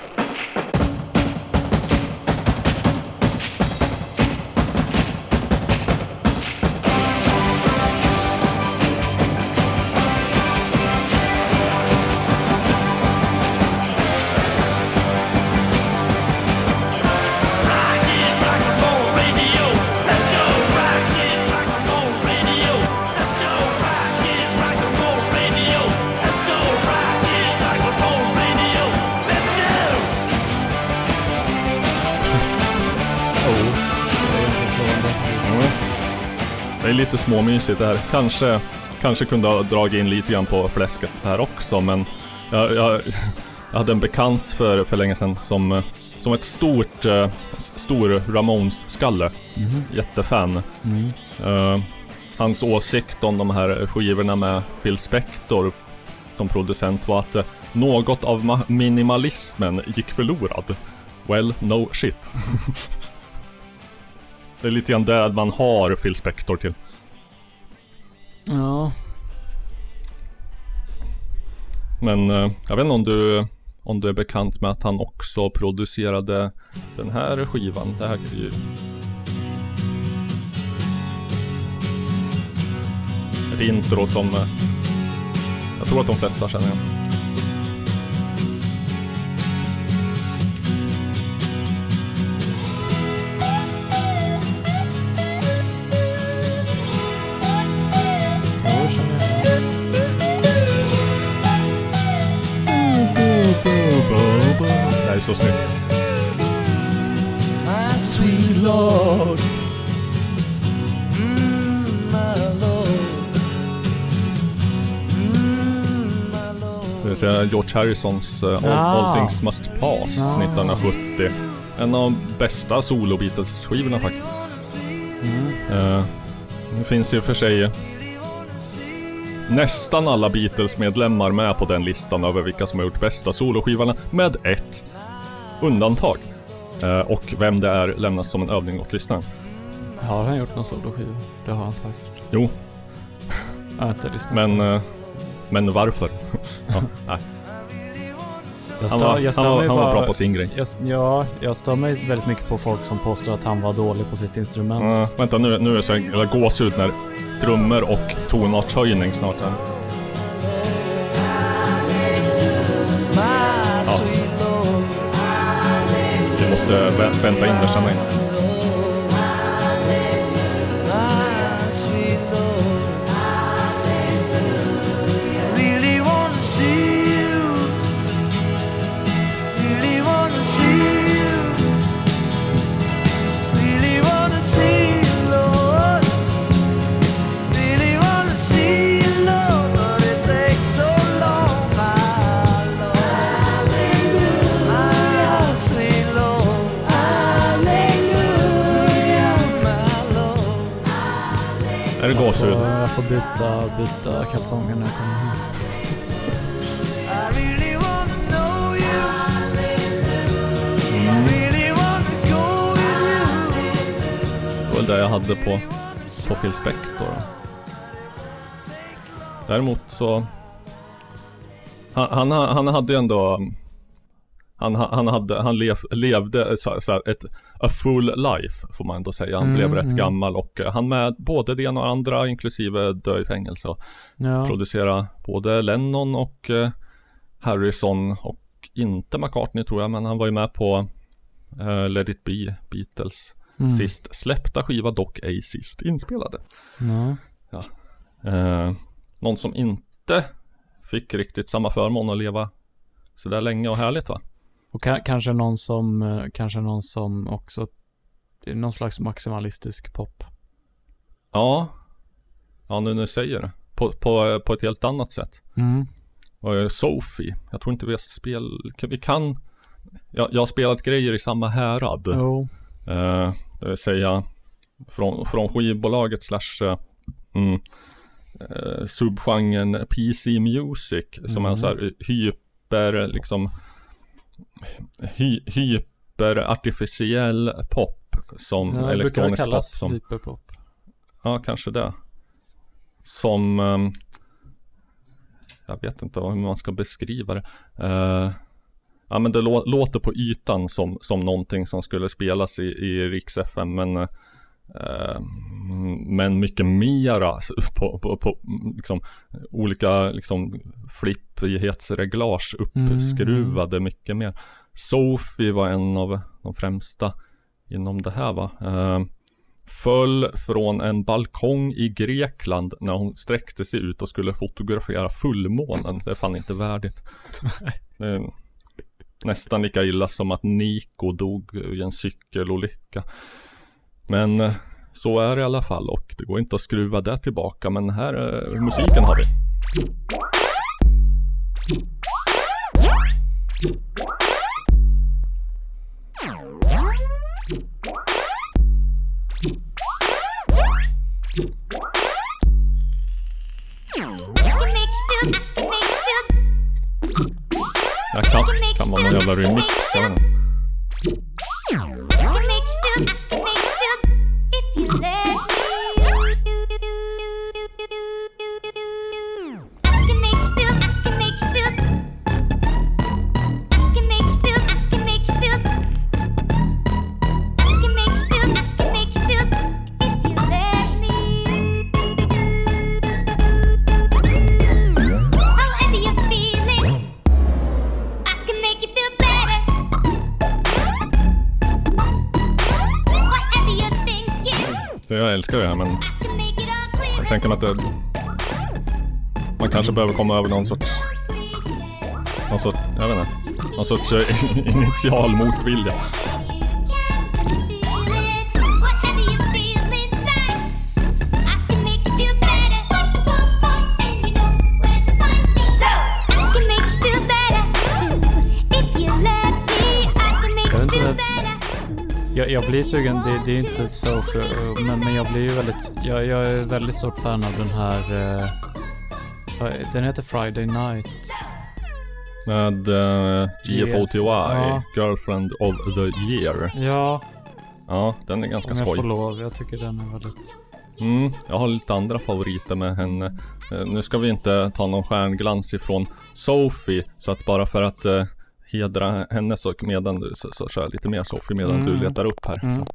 Det är lite småmysigt det här. Kanske, kanske kunde ha dragit in lite grann på fläsket här också. Men jag, jag, Jag hade en bekant för, för länge sedan som, som ett stort uh, stor Ramones-skalle. Mm. Jättefan. Mm. Uh, hans åsikt om de här skivorna med Phil Spector som producent var att uh, något av ma- minimalismen gick förlorad. Well, no shit. Det är lite grann där man har Phil Spector till. Ja. Men uh, jag vet inte om du om du är bekant med att han också producerade den här skivan. Det här är ju ett intro som uh, jag tror att de flesta känner igen. Det är så snyggt. My sweet Lord, mm, my Lord, mm, my Lord. Det vill säga George Harrisons uh, All, Ah. All Things Must Pass Ah. nittonhundrasjuttio. En av bästa solo-Beatles-skivorna faktiskt. Mm. Uh, det finns ju för sig nästan alla Beatles-medlemmar med på den listan över vilka som har gjort bästa soloskivorna, med ett undantag. Uh, och vem det är lämnas som en övning åt lyssnaren. Har han gjort någon soloskiva? Det har han sagt. Jo. Jag har inte lyssnat. Men, uh, men varför? Ja, nej. Jag Han stör, var, jag stör han var, mig han var bara- bra på sin grej. Jag, ja, jag stör mig väldigt mycket på folk som påstår att han var dålig på sitt instrument. Uh, vänta, nu, nu är det så här gåshud när trummor och tonartshöjning snart här. My sweet Lord, Vi måste vä- vänta in det, känner jag. my sweet Lord. I really wanna see you, really wanna see you, really wanna see you, Lord, really wanna see you, Lord, but it takes so long, my Lord, my sweet Lord, hallelujah, my Lord. Är det gåshud? Så jag får byta, byta kalsonger när jag kommer hem. I really wanna know you. I really wanna go with you. Det var det jag hade på, på Phil Spector. Däremot så han, han, han hade ju ändå han, han, hade, han lev, levde så, så här, ett a full life får man ändå säga. Han Mm, blev rätt mm. gammal och eh, han med både det ena och andra, inklusive dö i fängelse och Ja. producera både Lennon och eh, Harrison och inte McCartney tror jag, men han var ju med på eh, Let It Be, Beatles Mm. sist släppta skiva, dock ej sist inspelade. Ja. Eh, någon som inte fick riktigt samma förmån att leva så där länge och härligt, va? Och ka- kanske någon som eh, kanske någon som också någon slags maximalistisk pop. Ja. Ja, nu när du säger det. På, på, på ett helt annat sätt. Mm. Och eh, Sophie. Jag tror inte vi har spel... Vi kan... Jag, jag har spelat grejer i samma härad. Jo. Eh, det vill säga från, från skivbolaget slash eh, mm, eh, subgenren P C Music som Mm. är så här hyper liksom hy, hyper artificiell pop som Ja, elektronisk brukar pop kallas som, hyperpop. ja kanske det som eh, jag vet inte hur man ska beskriva det. Eh, ja men det lå- låter på ytan som, som någonting som skulle spelas i, i Riks F M, men eh, men mycket mera på, på, på liksom, olika liksom, flippighetsreglage uppskruvade mm. mycket mer. Sophie var en av de främsta inom det här, va. Eh, föll från en balkong i Grekland när hon sträckte sig ut och skulle fotografera fullmånen. Det är fan inte värdigt. Det är nästan lika illa som att Nico dog i en cykelolycka. Men eh, så är det i alla fall, och det går inte att skruva det tillbaka. Men här är musiken har vi. Jag kan, kan vara någon jävla remix. Ja. Så jag älskar det här, men jag tänker mig att det, man kanske behöver komma över någon sorts någon sorts, jag vet inte, någon sorts initial motvilja. Jag, jag blir sugen, det, det är inte så för, men, men jag blir ju väldigt, jag, jag är väldigt stort fan av den här, uh, den heter Friday Night. Med uh, G F O T Y, ja. Girlfriend of the Year. Ja. Ja, den är ganska om jag skoj. får lov, jag tycker den är väldigt... Mm, jag har lite andra favoriter med henne. Uh, nu ska vi inte ta någon stjärnglans ifrån Sophie, så att bara för att... Uh, hedra henne så medan du så, så kör jag lite mer Sophie medan mm. du letar upp här. Mm.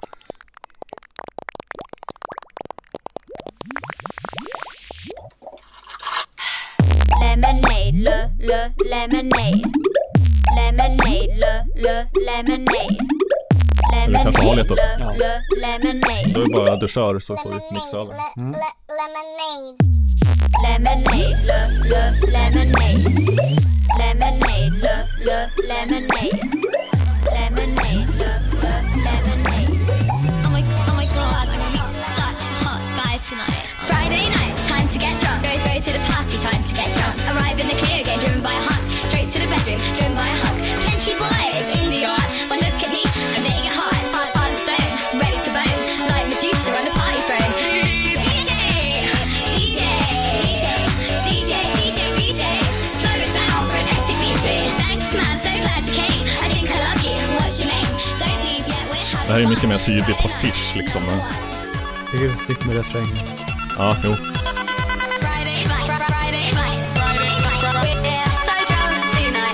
Lemonade, le, le, lemonade. Lemonade, le, le, lemonade. Du kan få ha lite. Ja. Lemonade. Då är bara du kör så får du mixa över. Mm. Lemonade, le, le, lemonade. Lemonade, le, le, lemonade. Lemonade, le, le, lemonade. Oh my, oh my god, I'm gonna be such a hot guy tonight. Friday night, time to get drunk. Go, go to the party, time to get drunk. Arrive in the Clio game, driven by a hunk. Straight to the bedroom, driven by a hunk. Plenty boys in the yard. One look at me, I'm letting it hot. Hot, hot as stone, ready to bone. Like Medusa on the party throne. D J, D J, D J, D J, D J. Slow it down for an epic beat. Thanks man, so glad you came. I think I love you, what's your name? Don't leave yet, we're having... Det här är mycket mer tydlig pastisch liksom. Tycker det är snyggt med refrängen. Ja, jo. Friday night, Friday night, Friday night. We're so drunk tonight.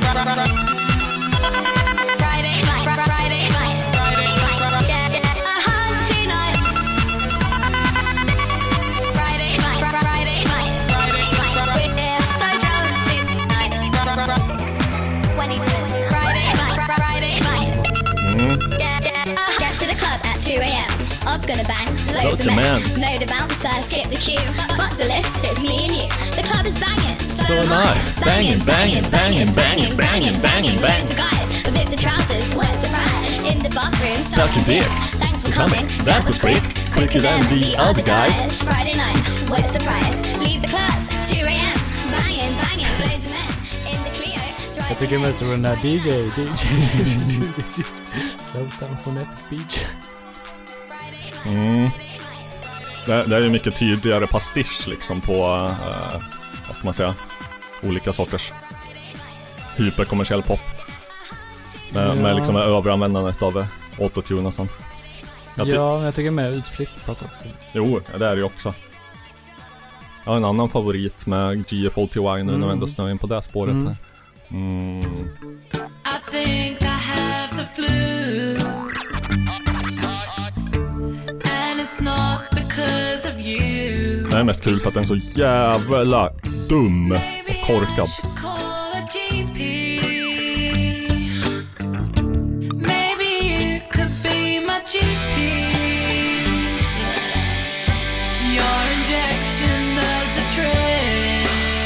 Friday night, Friday night, Friday night. Yeah, yeah, a hug tonight. Friday night, Friday night, Friday night. We're so drunk tonight. twenty minutes. Friday night, Friday night. Mm. Yeah, yeah, uh, get to the club at two a.m. I'm gonna bang loads, Loads of of men. men. Know the bouncer, skip the queue. Fuck the list, it's me and you. The club is banging, so, So am I. Banging, banging, banging, banging, banging, banging, banging. Loads of guys with the trousers, what a surprise. In the bathroom, Suck a dick. Thanks for Coming. coming, That was quick. Quicker than the other guys. Friday night, what a surprise. Leave the club, two a.m. Banging, banging, loads of men. In the Clio, Jag tycker driving. jag tror den där D J, D J, Slow down från Epic Beach. Mm. Det, det är ju mycket tydligare pastisch liksom på, uh, vad ska man säga, olika sorters hyperkommersiell pop. Med, Ja. med liksom överanvändandet av autotune och sånt. Jag ty- Ja, men jag tycker mer utflippat också. Jo, det är det ju också. Jag har en annan favorit med G F O T Y nu Mm. när vi ändå snöar in på det spåret. Mm. här. Mm. I think I have the flu, and it's not because of you. Det är mest kul för att den är så jävla dum och korkad. Should call a G P. Maybe you could be my G P. Your injection does a trick.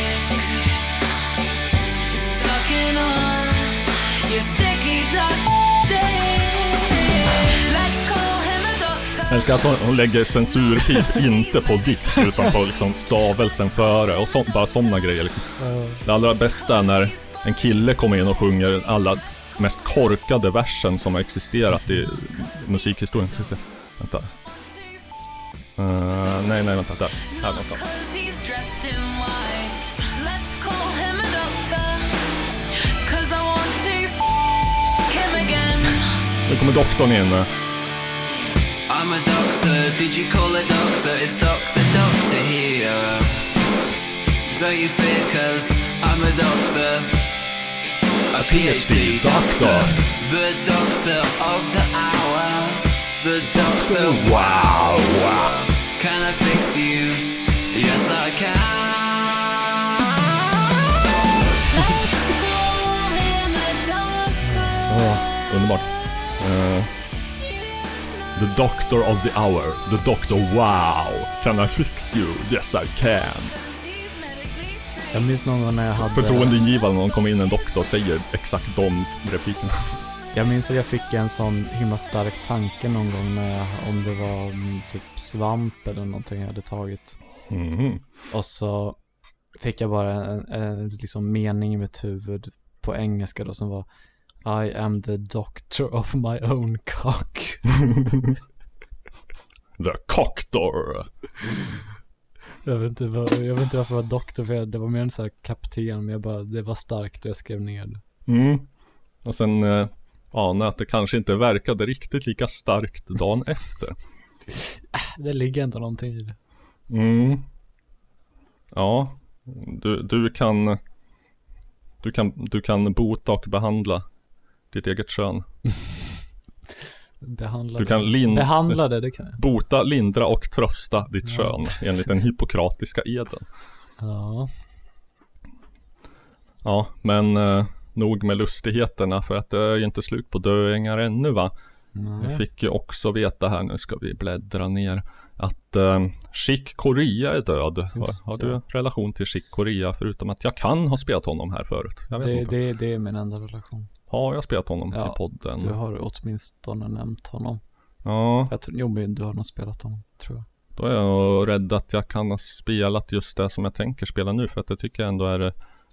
It's sucking on your sticky duck dick. Let's call him a doctor. Jag älskar att hon, hon lägger censurpip inte på dick utan på liksom stavelsen före och sånt, bara sådana grejer liksom. Det allra bästa är när en kille kommer in och sjunger alla mest korkade versen som har existerat i musikhistorien. Vänta. Uh, nej, nej, vänta. Där. Här, vänta. Nu kommer doktorn in. I'm a doctor, did you call a doctor? It's doctor, doctor here. Don't you fear, cause I'm a doctor, a PhD doctor, the doctor of the hour, the doctor, wow, wow. Can I fix you? Yes I can. Oh, underbart. Uh, the doctor of the hour, the doctor, wow. Can I fix you? Yes I can. Jag minns någon gång när jag hade... Förtroendeingivande när någon kommer in en doktor och säger exakt de replikerna. Jag minns att jag fick en sån himla stark tanke någon gång när jag, om det var typ svamp eller någonting jag hade tagit. Mm. Och så fick jag bara en, en liksom mening i mitt huvud på engelska då som var I am the doctor of my own cock. The cocktor. Jag vet inte, vad, jag vet inte varför jag var doktor, för det var mer en sån här kapten, men jag bara, det var starkt och jag skrev ner det. Mm. Och sen eh, anade att det kanske inte verkade riktigt lika starkt dagen efter. Det ligger ändå någonting i det. Mm. Ja, du, du kan du kan du kan bota och behandla ditt eget kön. Behandla du kan det. Lin- Behandla det, det kan jag. Bota, lindra och trösta ditt Ja. kön enligt den hippokratiska eden. Ja. Ja, men eh, nog med lustigheterna, för att det är ju inte slut på döingar ännu, va? Nej. Jag fick ju också veta här, nu ska vi bläddra ner, att eh, Chick Corea är död. Har, har du relation till Chick Corea förutom att jag kan ha spelat honom här förut? Jag vet Det, inte. det, det är min enda relation. Har jag spelat honom Ja, i podden? Du har åtminstone nämnt honom. Ja. Jag tror, jo, men du har nog spelat honom, tror jag. Då är jag rädd att jag kan ha spelat just det som jag tänker spela nu, för att det tycker jag ändå är det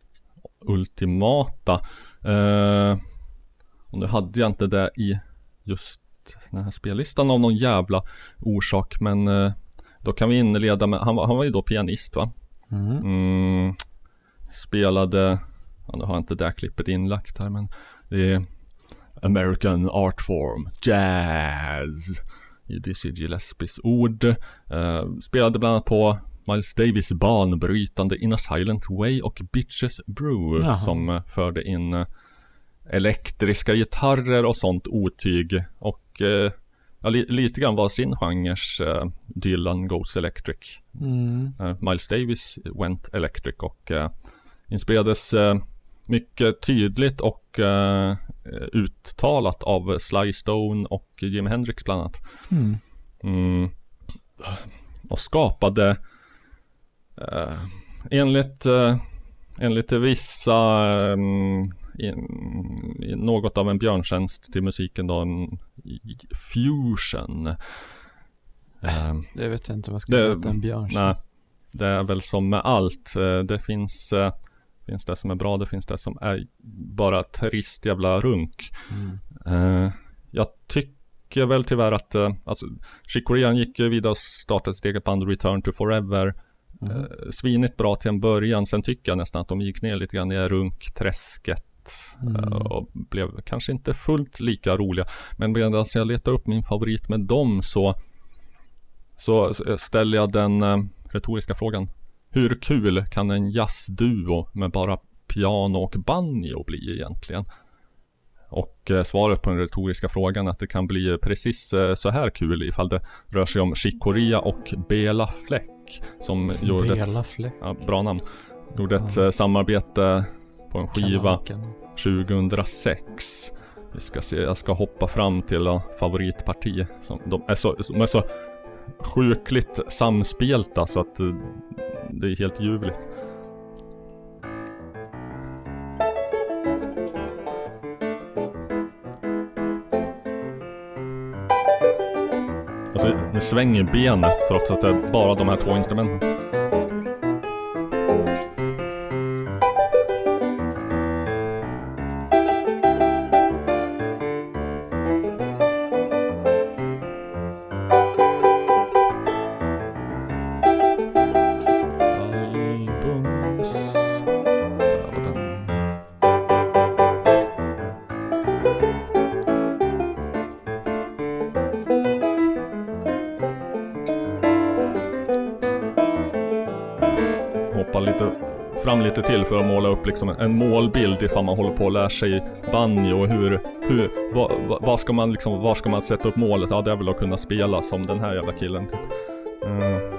ultimata. Eh, och nu hade jag inte det i just den här spellistan av någon jävla orsak, men eh, då kan vi inleda med, han var, han var ju då pianist, va? Mm. Mm, spelade, ja, nu har jag inte det där klippet inlagt här, men det är American Art Form, jazz i Dizzy Gillespies ord. eh, Spelade bland annat på Miles Davis banbrytande In a Silent Way och Bitches Brew. Jaha. Som eh, förde in eh, elektriska gitarrer och sånt otyg. Och eh, ja, li- lite grann var sin genres eh, Dylan Goes Electric. Mm. eh, Miles Davis went electric och eh, inspirerades eh, mycket tydligt och eh, uttalat av Sly Stone och Jimi Hendrix bland annat. Mm. Mm. Och skapade eh, enligt eh, enligt vissa eh, in, in, något av en björntjänst till musiken då, en fusion. Eh, det vet jag inte om jag ska det, sätta en björntjänst. Nej, det är väl som med allt. Det finns eh, finns det som är bra, det finns det som är bara trist jävla runk. Mm. Uh, jag tycker väl tyvärr att uh, alltså, Chick Corea gick vidare och startade sitt eget band Return to Forever. Mm. Uh, svinigt bra till en början, sen tycker jag nästan att de gick ner lite grann i runkträsket. Mm. Uh, och blev kanske inte fullt lika roliga. Men medan jag letar upp min favorit med dem så, så ställer jag den uh, retoriska frågan. Hur kul kan en jazzduo med bara piano och banjo bli egentligen? Och eh, svaret på den retoriska frågan är att det kan bli precis eh, så här kul ifall det rör sig om Chick Corea och Bela Fleck som gjorde Bela ett, Fleck. Ja, bra namn. Gjorde ett ja. eh, samarbete på en skiva tjugohundrasex. Vi ska se, jag ska hoppa fram till uh, favoritparti som de är så, de är så sjukligt samspelta så att uh, det är helt ljuvligt. Alltså, det svänger benet trots att det är bara de här två instrumenten. fram lite till för att måla upp liksom en målbild ifall man håller på att lära sig banjo och hur, hur vad, vad ska man liksom, var ska man sätta upp målet? Ja, det är väl att kunna spela som den här jävla killen typ. Mm.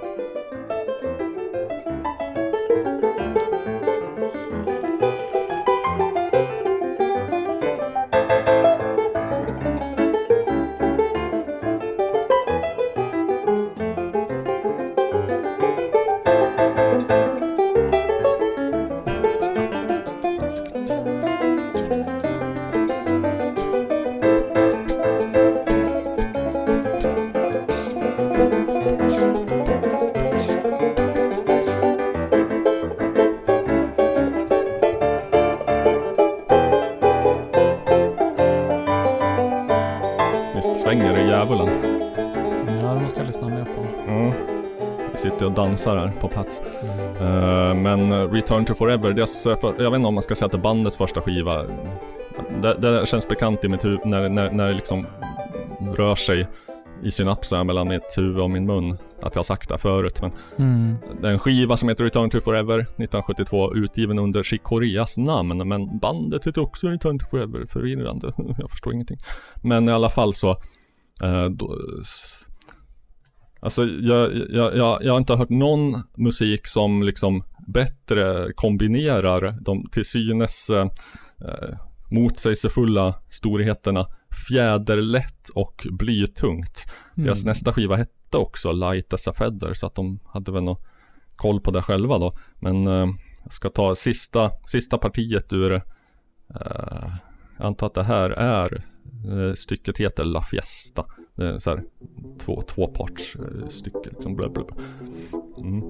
Svänger i djävulen. Ja, det måste jag lyssna mer på. Mm. Jag sitter och dansar här på plats. Mm. Uh, men Return to Forever, det är för, jag vet inte om man ska säga att det är bandets första skiva. Det, det känns bekant i mitt huvud när, när, när det liksom rör sig i synapserna mellan mitt huvud och min mun. Att jag har sagt det förut. Men mm. det är en skiva som heter Return to Forever nittonhundrasjuttiotvå, utgiven under Chick Coreas namn. Men bandet heter också Return to Forever. Förvirrande. Jag förstår ingenting. Men i alla fall så eh, då, alltså jag, jag, jag, jag har inte hört någon musik som liksom bättre kombinerar de till synes eh, motsägelsefulla storheterna fjäderlätt och blytungt. Mm. Deras nästa skiva hette också Light as a Feather, så att de hade väl någon koll på det själva då. Men eh, jag ska ta sista, sista partiet ur eh, jag antar att det här är eh, stycket heter La Fiesta. Det är så här två, tvåparts eh, stycke liksom. Blö, blö. Mm.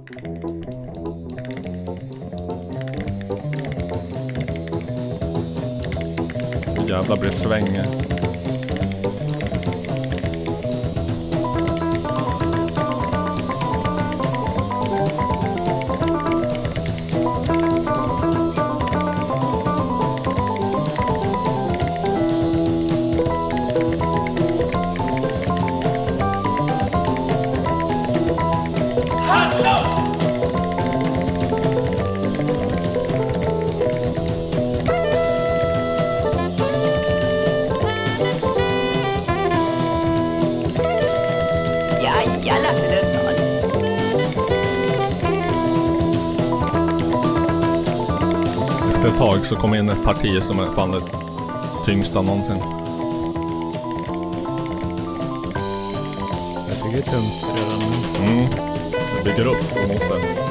Jävlar blir svänge. Efter ett tag så kommer in ett parti som är fan det tyngsta någonsin. Jag tycker det är tungt redan. Mm. Det bygger upp mot det.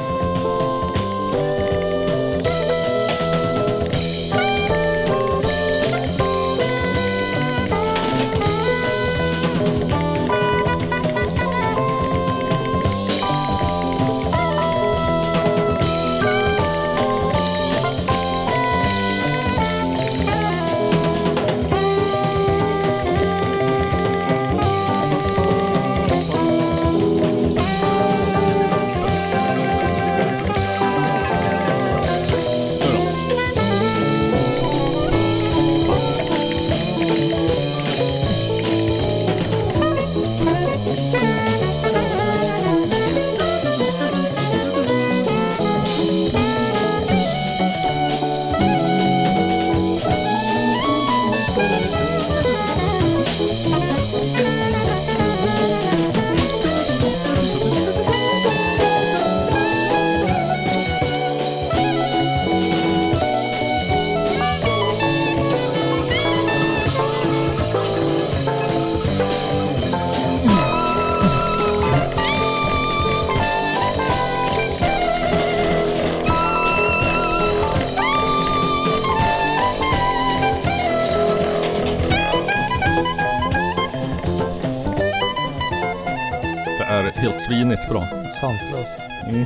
Helt svinigt bra. Sanslöst. Mm.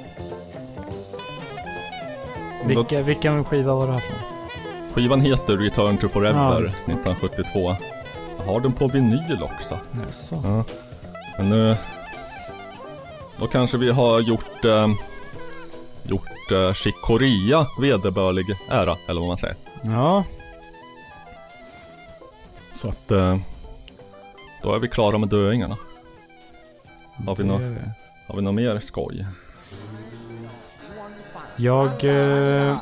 Vilka, vilken skiva var det här från? Skivan heter Return to Forever ja, nittonhundrasjuttiotvå. Jag har den på vinyl också. Yes. Ja. Men nu då kanske vi har gjort eh, gjort eh, Chick Corea vederbörlig ära, eller vad man säger. Ja. Så att eh, då är vi klara med döingarna. Har vi, nå- har vi något mer skoj? Jag... Eh,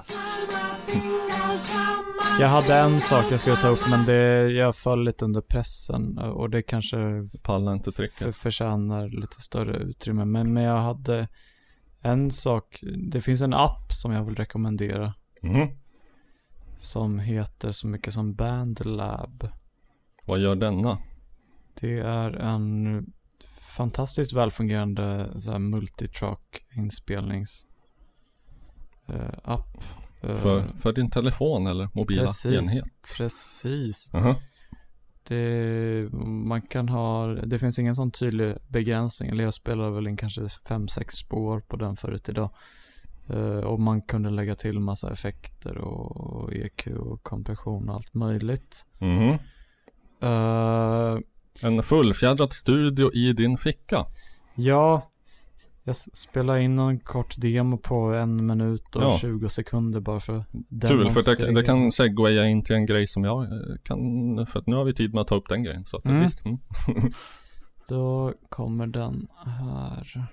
jag hade en sak jag skulle ta upp, men det, jag föll lite under pressen. Och det kanske pallar inte trycket. För, förtjänar lite större utrymme. Men, men jag hade en sak. Det finns en app som jag vill rekommendera. Mm. Som heter så mycket som BandLab. Vad gör denna? Det är en fantastiskt välfungerande så här multitrack inspelnings uh, app. Uh, för, för din telefon eller mobila precis, enhet? Precis. Uh-huh. Det, man kan ha, det finns ingen sån tydlig begränsning. Eller jag spelar väl in kanske fem sex spår på den förut idag. Uh, och man kunde lägga till massa effekter och, och E Q och kompression och allt möjligt. Mm. Uh, en fullfjädrad studio i din ficka. Ja, jag spelade in en kort demo på en minut och ja. tjugo sekunder bara för kul, för det, det kan segwaya in till en grej som jag kan, för att nu har vi tid med att ta upp den grejen. Så att mm. visst. Mm. Då kommer den här.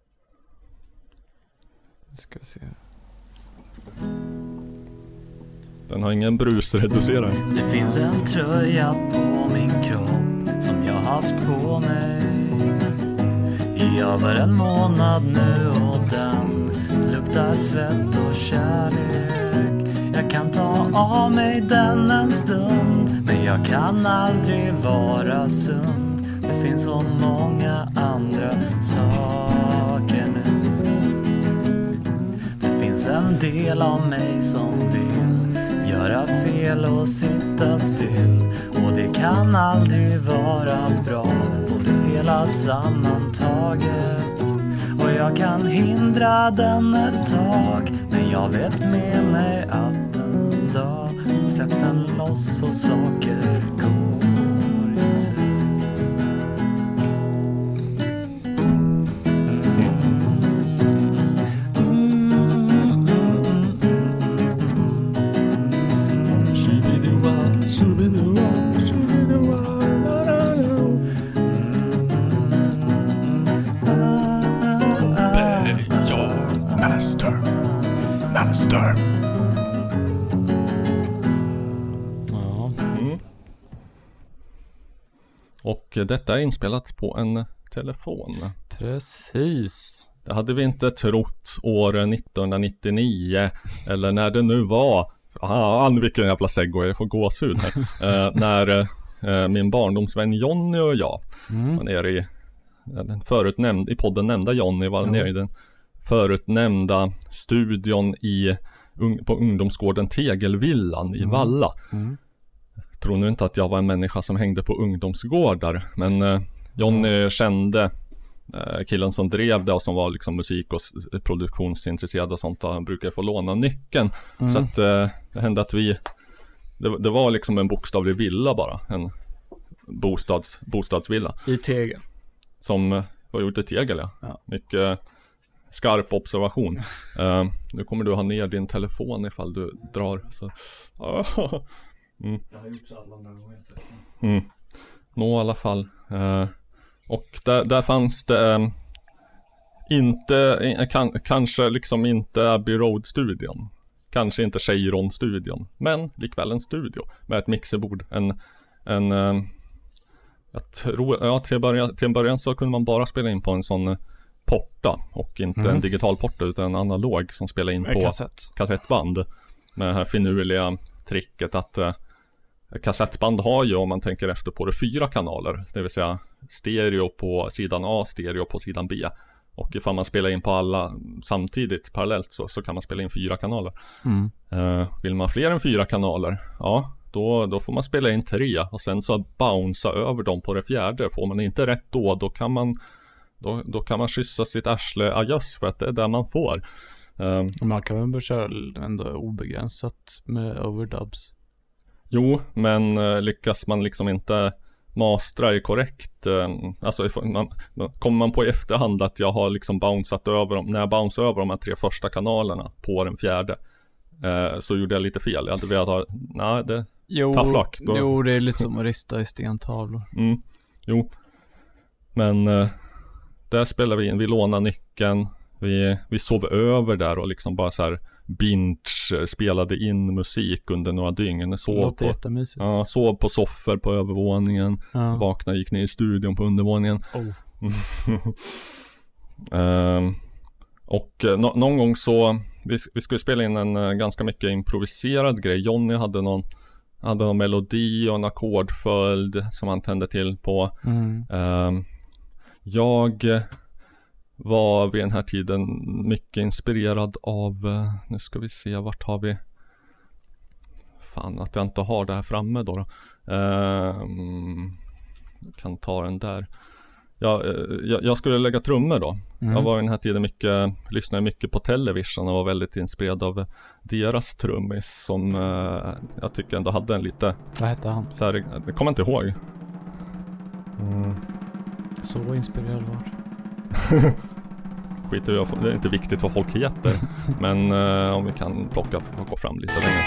Nu ska vi se. Den har ingen brusreducerare. Det finns en tröja på min kropp som jag haft på mig i över en månad nu, och den luktar svett och kärlek. Jag kan ta av mig den en stund, men jag kan aldrig vara sund. Det finns så många andra saker nu. Det finns en del av mig som vill göra fel och sitta still, och det kan aldrig vara bra på det hela sammantaget. Och jag kan hindra den ett tag, men jag vet med mig att en dag släppt den loss och saker går i tur. Ja. Mm. Och detta är inspelat på en telefon. Precis. Det hade vi inte trott år nittonhundranittionio eller när det nu var. Ah, vilken jävla segway, jag får gåshud här. uh, när uh, min barndomsvän Jonny och jag mm. var nere i den förut nämnd, i podden nämnda Jonny var mm. nere i den förutnämnda studion i, på ungdomsgården Tegelvillan i mm. Valla. Mm. Jag tror nu inte att jag var en människa som hängde på ungdomsgårdar, men eh, Jonny mm. kände eh, killen som drev det och som var liksom musik- och produktionsintresserad och sånt, och han brukade få låna nyckeln. Mm. Så att eh, det hände att vi det, det var liksom en bokstavlig villa bara, en bostads, bostadsvilla. I tegel. Som var gjort i tegel, ja. ja. Mycket skarp observation. uh, Nu kommer du ha ner din telefon ifall du drar så. mm. Jag har gjort så alla gånger. Mm. Nå i alla fall. uh, Och där, där fanns det um, inte uh, kan, kanske liksom inte Abbey Road-studion, kanske inte Cheiron-studion, men likväl en studio med ett mixerbord. En, en uh, jag tror, ja, till, början, till en början så kunde man bara spela in på en sån uh, porta, och inte mm. en digital porta utan en analog som spelar in på kassett. kassettband, med det här finurliga tricket att eh, kassettband har ju, om man tänker efter på det, fyra kanaler, det vill säga stereo på sidan A, stereo på sidan B, och ifall man spelar in på alla samtidigt parallellt så, så kan man spela in fyra kanaler. mm. eh, vill man fler än fyra kanaler, ja Då, då får man spela in tre och sen så bouncea över dem på det fjärde. Får man inte rätt då, då kan man Då, då kan man kyssa sitt arsle adjöss, för att det är där man får. Um, man kan väl bara köra ändå obegränsat med overdubs. Jo, men uh, lyckas man liksom inte mastra i korrekt, uh, alltså if, man, kommer man på i efterhand att jag har liksom bounceat över dem, när jag bouncear över de här tre första kanalerna på den fjärde, uh, så gjorde jag lite fel. Jag hade velat ha, nej det jo, tough luck. Då. Jo, det är lite som att rista i stentavlor. Mm, jo, men uh, där spelar vi in, vi lånar nyckeln, Vi, vi sov över där och liksom bara så här binge spelade in musik under några dygn. Sov låter på, jättemysigt. ja, sov på soffor på övervåningen. Ja. Vaknade, gick ner i studion på undervåningen. Oh. um, och uh, no- någon gång så vi, vi skulle spela in en uh, ganska mycket improviserad grej. Johnny hade någon hade någon melodi och en ackordföljd som han tände till på. Mm. Um, jag var vid den här tiden mycket inspirerad av, uh, nu ska vi se, vart har vi, fan att jag inte har det här framme då, då. Um, kan ta den där. Ja, jag, jag skulle lägga trummor då. Mm. Jag var i den här tiden mycket, lyssnade mycket på Television och var väldigt inspirerad av deras trummis som uh, jag tycker ändå hade en lite, vad hette han? Så här, det kommer jag inte ihåg. Mm. Så inspirerad var Skiter jag, det är inte viktigt vad folk heter. Men uh, om vi kan plocka och gå fram lite längre.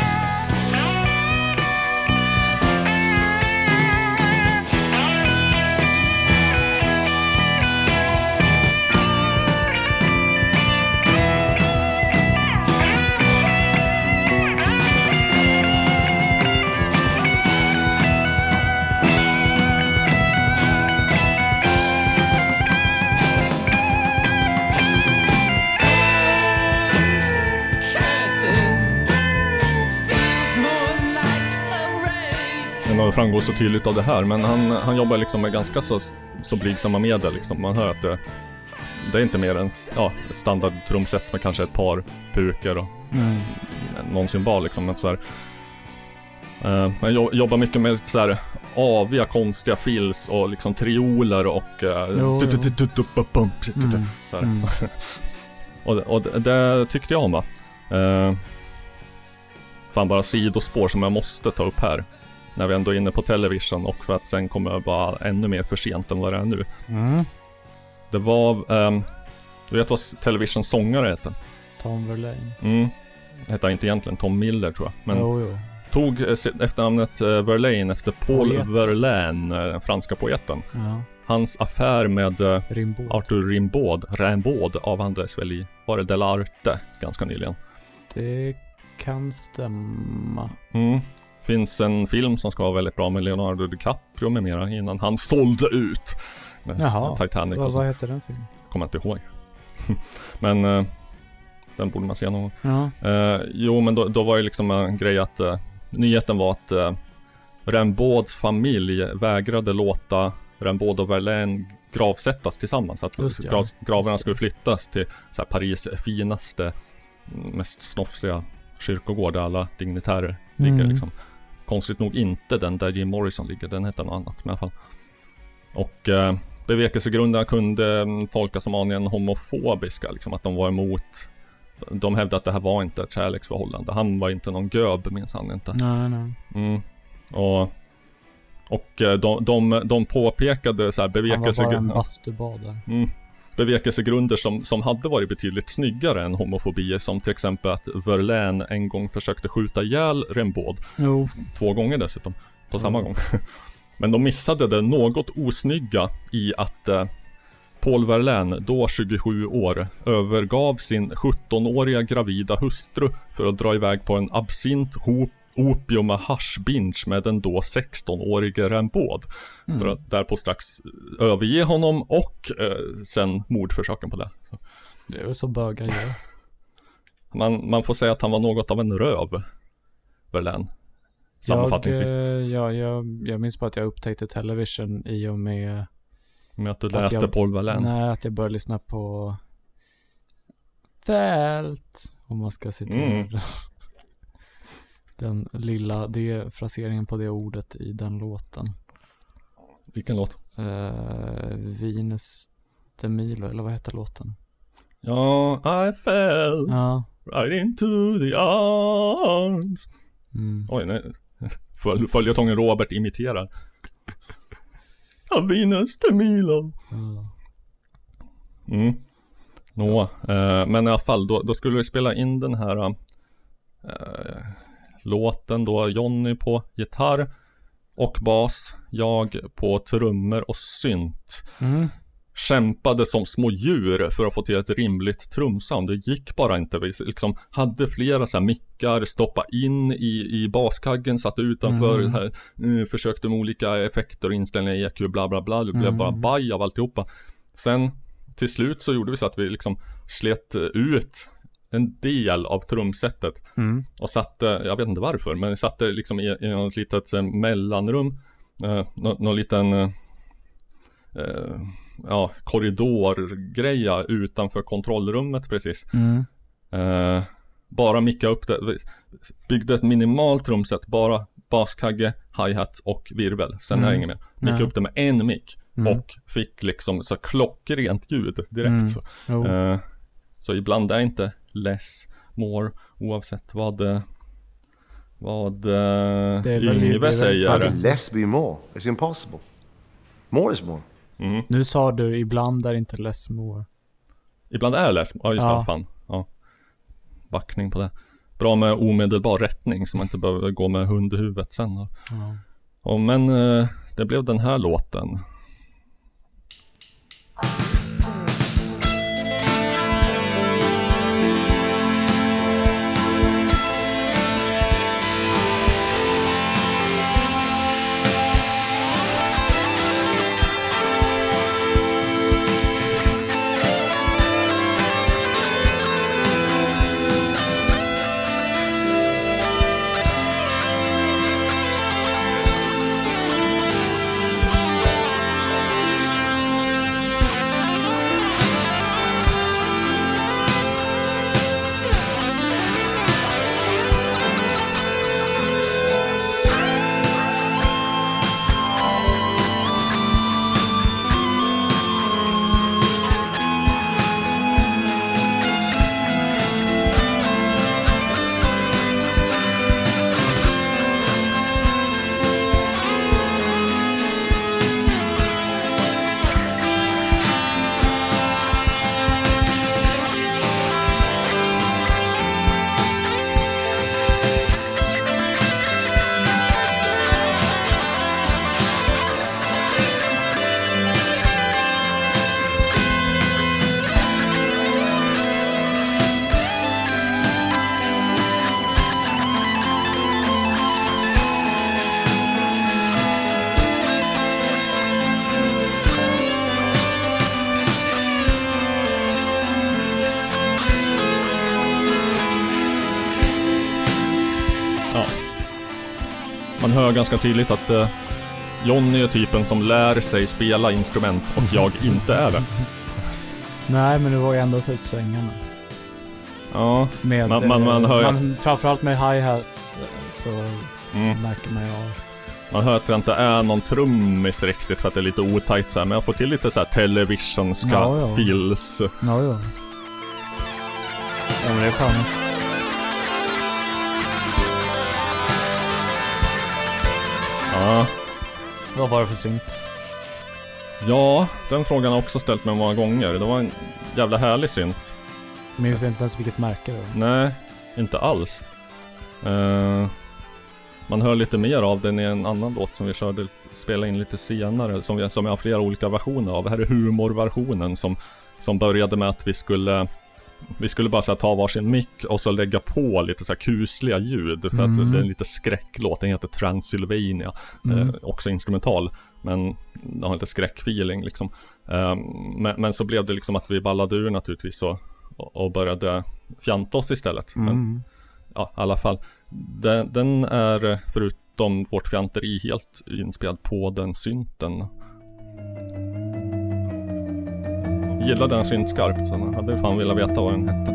Det framgår så tydligt av det här, men han, han jobbar liksom med ganska så, så blygsamma medel liksom. Man hör att det, det är inte mer än ja, ett standard trumset med kanske ett par puker och mm. någon symbol liksom, men så här. Uh, man jobbar mycket med så här aviga konstiga fills och liksom trioler och och och det, det tyckte jag om, va. Uh, fan, bara sidospår som jag måste ta upp här när vi ändå är inne på Television, och för att sen kommer jag bara ännu mer för sent än vad det är nu. Mm. Det var um, du vet vad Television sångare heter? Tom Verlaine. Mm. Heter inte egentligen Tom Miller, tror jag, men jo, jo. tog efternamnet uh, Verlaine efter Paul Poet. Verlaine, den franska poeten. Ja. Hans affär med uh, Rimbaud. Arthur Rimbaud, Rimbaud avhandlades väl i, var det Delarte ganska nyligen. Det kan stämma. Mm. Finns en film som ska vara väldigt bra med Leonardo DiCaprio med mera innan han sålde ut med Jaha, Titanic. vad, och så. vad heter den filmen? Kommer inte ihåg. Men uh, den borde man se någon gång. Ja. Uh, jo, men då, då var det liksom en grej att uh, nyheten var att uh, Rimbauds familj vägrade låta Rimbaud och Verlaine gravsättas tillsammans. Att Just, ja. grav, gravarna skulle flyttas till så här, Paris finaste, mest snofsiga kyrkogård där alla dignitärer ligger mm. liksom. Konstigt nog inte den där Jim Morrison ligger, den heter något annat, men i alla fall. Och eh, bevekelsegrunderna kunde mm, tolkas som aningen homofobiska, liksom, att de var emot, de hävdade att det här var inte ett kärleksförhållande. Han var inte någon göb, minns han inte. Nej, nej. Mm. Och, och de, de, de påpekade så här bevekelsegrunder. Han var bara en bastubadare. Mm. Bevekelsegrunder som, som hade varit betydligt snyggare än homofobi, som till exempel att Verlaine en gång försökte skjuta ihjäl Rimbaud. Jo. Två gånger dessutom, på mm. samma gång. Men de missade det något osnygga i att eh, Paul Verlaine, då tjugosju år, övergav sin sjuttonåriga gravida hustru för att dra iväg på en absint hop opium och hashbinge med den då sextonårige Rimbaud. Mm. För att därpå strax överge honom och eh, sen mordförsöken på det. Så. Det är väl så bögar gör. Man, man får säga att han var något av en röv, Verlaine. Sammanfattningsvis. Jag, jag, jag, jag minns bara att jag upptäckte Television i och med med att du läste jag, Paul Verlaine. Nej, att jag började lyssna på Fält, om man ska citera mm. den lilla, det fraseringen på det ordet i den låten. Vilken låt? Uh, Venus de Milo, eller vad heter låten? Ja, I fell ja. right into the arms. Mm. Oj, nej. Föl- Följetongen Robert imiterar. Ja, Venus de Milo. Ja. Mm. Nå, eh, men i alla fall, då, då skulle vi spela in den här eh, låten då, Johnny på gitarr och bas, jag på trummor och synt. Mm. kämpade som små djur för att få till ett rimligt trumsound. Det gick bara inte. Vi liksom hade flera så här mickar, stoppa in i, i baskaggen, satte utanför, Mm. här, uh, försökte med olika effekter och inställningar, E Q, bla bla bla. Det blev Mm. bara baj av alltihopa. Sen till slut så gjorde vi så att vi liksom slet ut en del av trumsetet Mm. och satte, jag vet inte varför, men vi satte liksom i, i något litet eh, mellanrum, eh, nå, någon liten eh, eh, ja, korridorgreja utanför kontrollrummet precis. Mm. Eh, bara micka upp det, vi byggde ett minimalt trumset, bara baskagge, hi-hat och virvel, sen Mm. är det inget mer. Micka Nej. upp det med en mick Mm. och fick liksom så klockrent ljud direkt. Mm. Så. Jo. Eh, så ibland är inte less more, oavsett vad det, vad Det är väl- Yngve det är väl- säger. How can less be more? It's impossible. More is more. Mm. Nu sa du ibland är inte less more. Ibland är less, ja just Ja. det, fan. Ja. Backning på det. Bra med omedelbar rättning så man inte behöver gå med hund i huvudet sen. Ja. Ja, men eh, det blev den här låten. Man hör ganska tydligt att eh, Johnny är typen som lär sig spela instrument och jag inte är det. Nej, men du var ju ändå ta ut svängarna. Ja, Med, man, man, man eh, hör man, framförallt med hi-hat så mm, märker man ju av. man hör att det inte är någon trummis riktigt för att det är lite otajt så här, men jag får till lite så här televisionska Ja, ja. feels. Ja, ja. Ja, men det är skönt. Ja. Vad var det för synt? Ja, den frågan har jag också ställt mig många gånger. Det var en jävla härlig synt. Minns inte ens vilket märke det var. Nej, inte alls. Uh, man hör lite mer av den i en annan låt som vi körde, spela in lite senare, som, vi, som jag har flera olika versioner av. Det här är humorversionen som, som började med att vi skulle vi skulle bara så här, ta varsin mick och så lägga på lite så här kusliga ljud för Mm. att det är en lite skräcklåt. Den heter Transylvania, Mm. eh, också instrumental, men den har lite skräckfeeling liksom. Eh, men, men så blev det liksom att vi ballade ur naturligtvis och, och började fjanta oss istället. Mm. Men ja, i alla fall. Den, den är förutom vårt fjanteri helt inspelad på den synten. Jag gillade den synt skarpt, så jag hade fan velat veta vad den hette.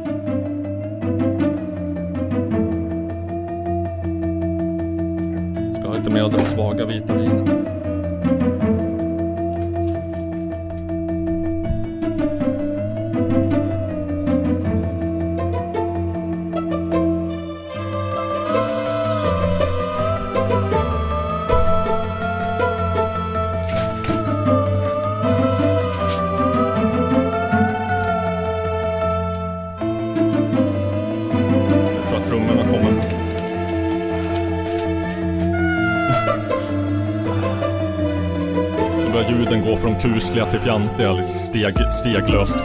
Ska ha lite med den svaga vita vinen. Jag tror att trummorna kommer. hör ljuden gå från kusliga till fjantiga, lite steg, steglöst.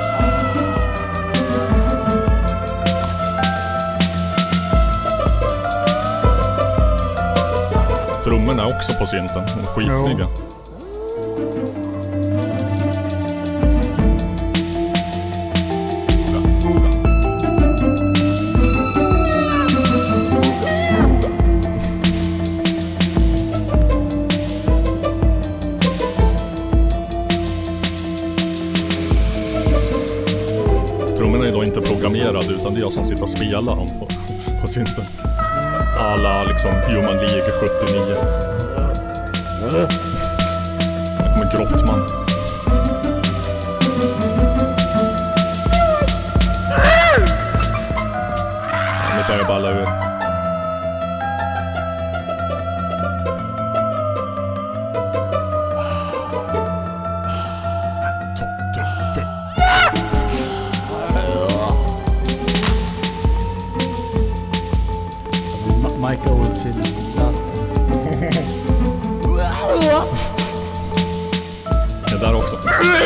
Trummorna är också på synten, de är skitsnygga. Trummorna är då inte programmerade, utan det är jag som sitter och spelar dem på, på synten. Alla liksom Human League sjuttionio. Som en grottman. Nu tar jag balla ur. Mike Oldfield. Det där också.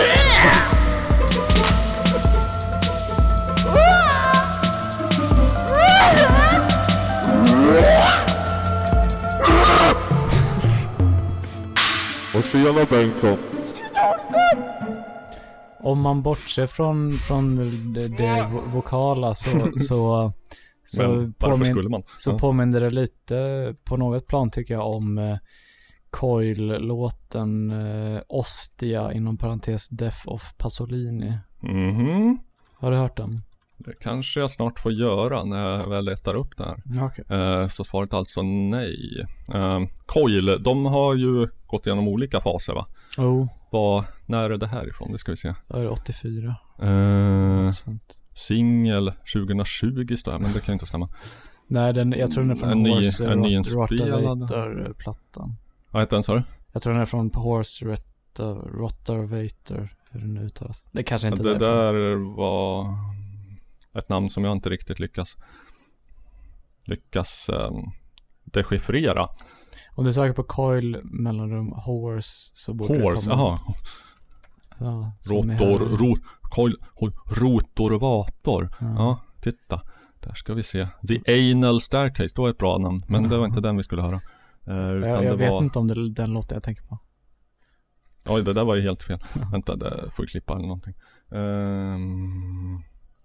Och tjena Bengtsson. Om man bortser från, från det, det vokala så, så, så, Men varför skulle man? så Ja. påminner det lite på något plan tycker jag om eh, Coil-låten eh, Ostia inom parentes Death of Pasolini. Mhm. Har du hört den? Det kanske jag snart får göra när jag väl letar upp det här. Okay. Eh, så svaret alltså nej. Eh, Coil, de har ju gått igenom olika faser, va? Oh. Vad, när är det här ifrån? Det ska vi se. Det är åttiofyra. Eh, Sånt. Singel tjugohundratjugo står här, men det kan inte stämma. Nej, den, jag tror den är från En ny- Horse en nyinspelad. Rotavator-plattan. Vad heter den, sa du? Jag tror den är från Horse Rota- Rotavator, hur den uttalas. Det kanske inte Det är därifrån. där var ett namn som jag inte riktigt lyckas lyckas eh, dechiffrera. Om du söker på Coil mellanrum Horse så borde Horse, det komma. jaha. Ja, som är Rotor, här. rot, coil, oj, rotorvator. Ja. Ja, titta. Där ska vi se. The Anal Staircase, det var ett bra namn. Men det var inte den vi skulle höra. Eh, utan Jag, jag det vet var... inte om det är den låten jag tänker på. Oj, det där var ju helt fel. Vänta, det får vi klippa eller någonting. Um...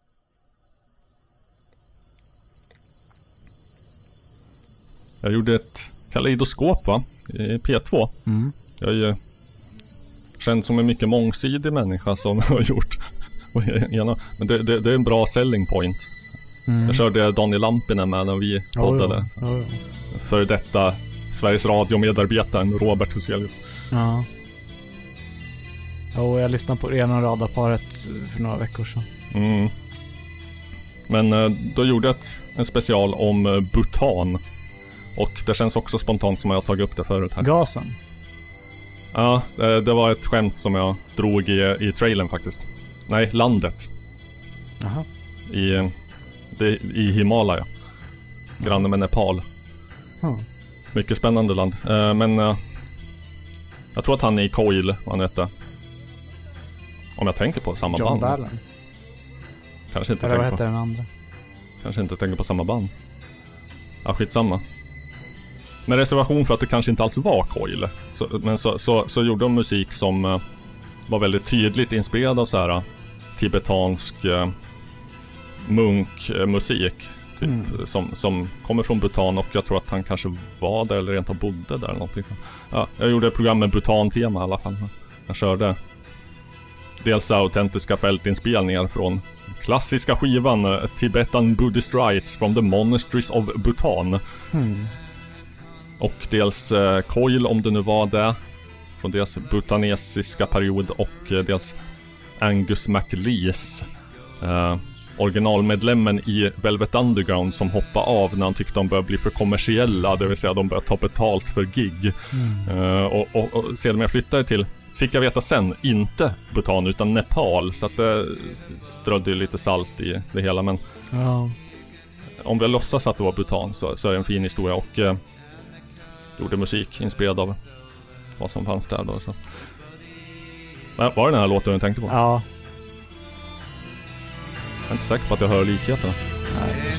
Jag gjorde ett kaleidoskop, va? I P två. Mm. Jag är ju känd som en mycket mångsidig människa som har gjort. Men det, det, det är en bra selling point. Mm. Jag körde Daniel Lampinen med när vi poddade. Oh, ja. Oh, ja. För detta Sveriges Radio-medarbetaren Robert Huselius. Ja. Och jag lyssnade på ena radarparet för några veckor sedan. Mm. Men eh, då gjorde jag ett, en special om eh, Bhutan. Och det känns också spontant som jag har tagit upp det förut här. Gasen? Ja, det, det var ett skämt som jag drog i, i trailern faktiskt. Nej, landet. Jaha. I, eh, det, i Himalaya. Granne med Nepal. Hmm. Mycket spännande land. Eh, men eh, jag tror att han är i Coil, vad han heter. Om jag tänker på samma John band. Balance. Kanske inte Eller vad tänker heter på. den andra? Kanske inte tänker på samma band. Ja, skitsamma. Med reservation för att det kanske inte alls var Coil. Så, men så, så, så gjorde de musik som uh, var väldigt tydligt inspirerad av så här uh, tibetansk uh, munkmusik. Typ, Mm. som, som kommer från Bhutan, och jag tror att han kanske var där eller rent av bodde där eller någonting. Ja, jag gjorde ett program med Bhutan-tema i alla fall. Jag körde dels autentiska fältinspelningar från klassiska skivan uh, Tibetan Buddhist Rites from the Monasteries of Bhutan. Mm. Och dels uh, Coil, om det nu var det, från deras butanesiska period, och uh, dels Angus MacLeese, uh, originalmedlemmen i Velvet Underground, som hoppade av när han tyckte de började bli för kommersiella, det vill säga de började ta betalt för gig. Mm. Uh, och, och, och sedan jag flyttade till, fick jag veta sen, inte Bhutan utan Nepal, så att det strödde lite salt i det hela. Men Ja. om vi låtsas att det var Bhutan så, så är det en fin historia, och uh, gjorde musik inspirerad av vad som fanns där då. Så. Men var det den här låten du tänkte på? Ja. Jag är inte säker på att jag hör likheterna. Nej.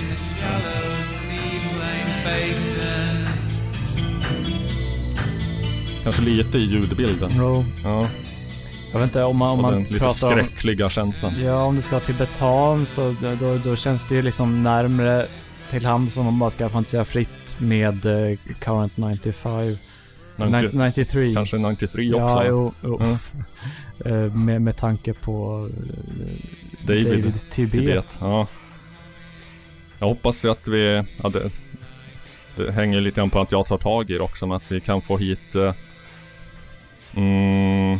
Kanske lite i ljudbilden. No. Ja. Jag vet inte om man, om man lite pratar skräckliga om, känslan. Ja, om det ska till tibetan så då, då känns det ju liksom närmare till hand som man bara ska fantisera fritt med uh, Current nittiofem. nittio, nittiotre. Kanske nittiotre också. Ja, jo, jo. Mm. uh, med, med tanke på uh, David, David Tibet. Tibet. Ja. Jag hoppas att vi... Ja, det, det hänger lite grann på att jag tar tag i det också, men att vi kan få hit... Uh, mm,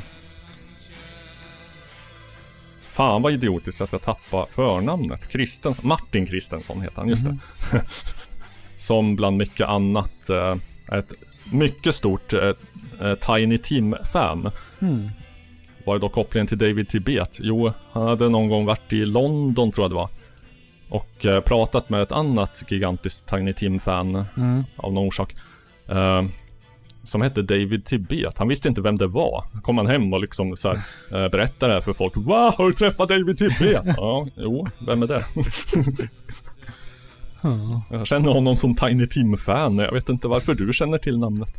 fan vad idiotiskt att jag tappar förnamnet. Kristensson, Martin Kristensson heter han, just mm. det. Som bland mycket annat uh, är ett mycket stort uh, uh, Tiny Tim-fan. Mm. Var det då kopplingen till David Tibet? Jo, han hade någon gång varit i London, tror jag det var. Och uh, pratat med ett annat gigantiskt Tiny Tim-fan mm. av någon orsak. Uh, som hette David Tibet. Han visste inte vem det var. Kom han hem och liksom så här, uh, berättade det här för folk. Wow, har du träffat David Tibet? Ja, jo, vem är det? mm. Jag känner honom som Tiny Tim-fan. Jag vet inte varför du känner till namnet.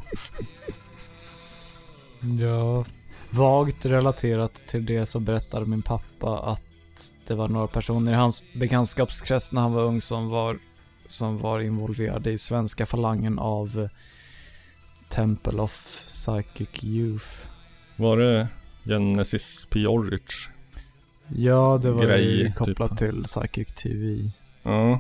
Ja, vagt relaterat till det så berättade min pappa att det var några personer i hans bekantskapskrets när han var ung som var, som var involverade i svenska falangen av Temple of Psychic Youth. Var det Genesis P. Orridge? Ja, det var grej, ju kopplat typ. till Psychic T V. Ja.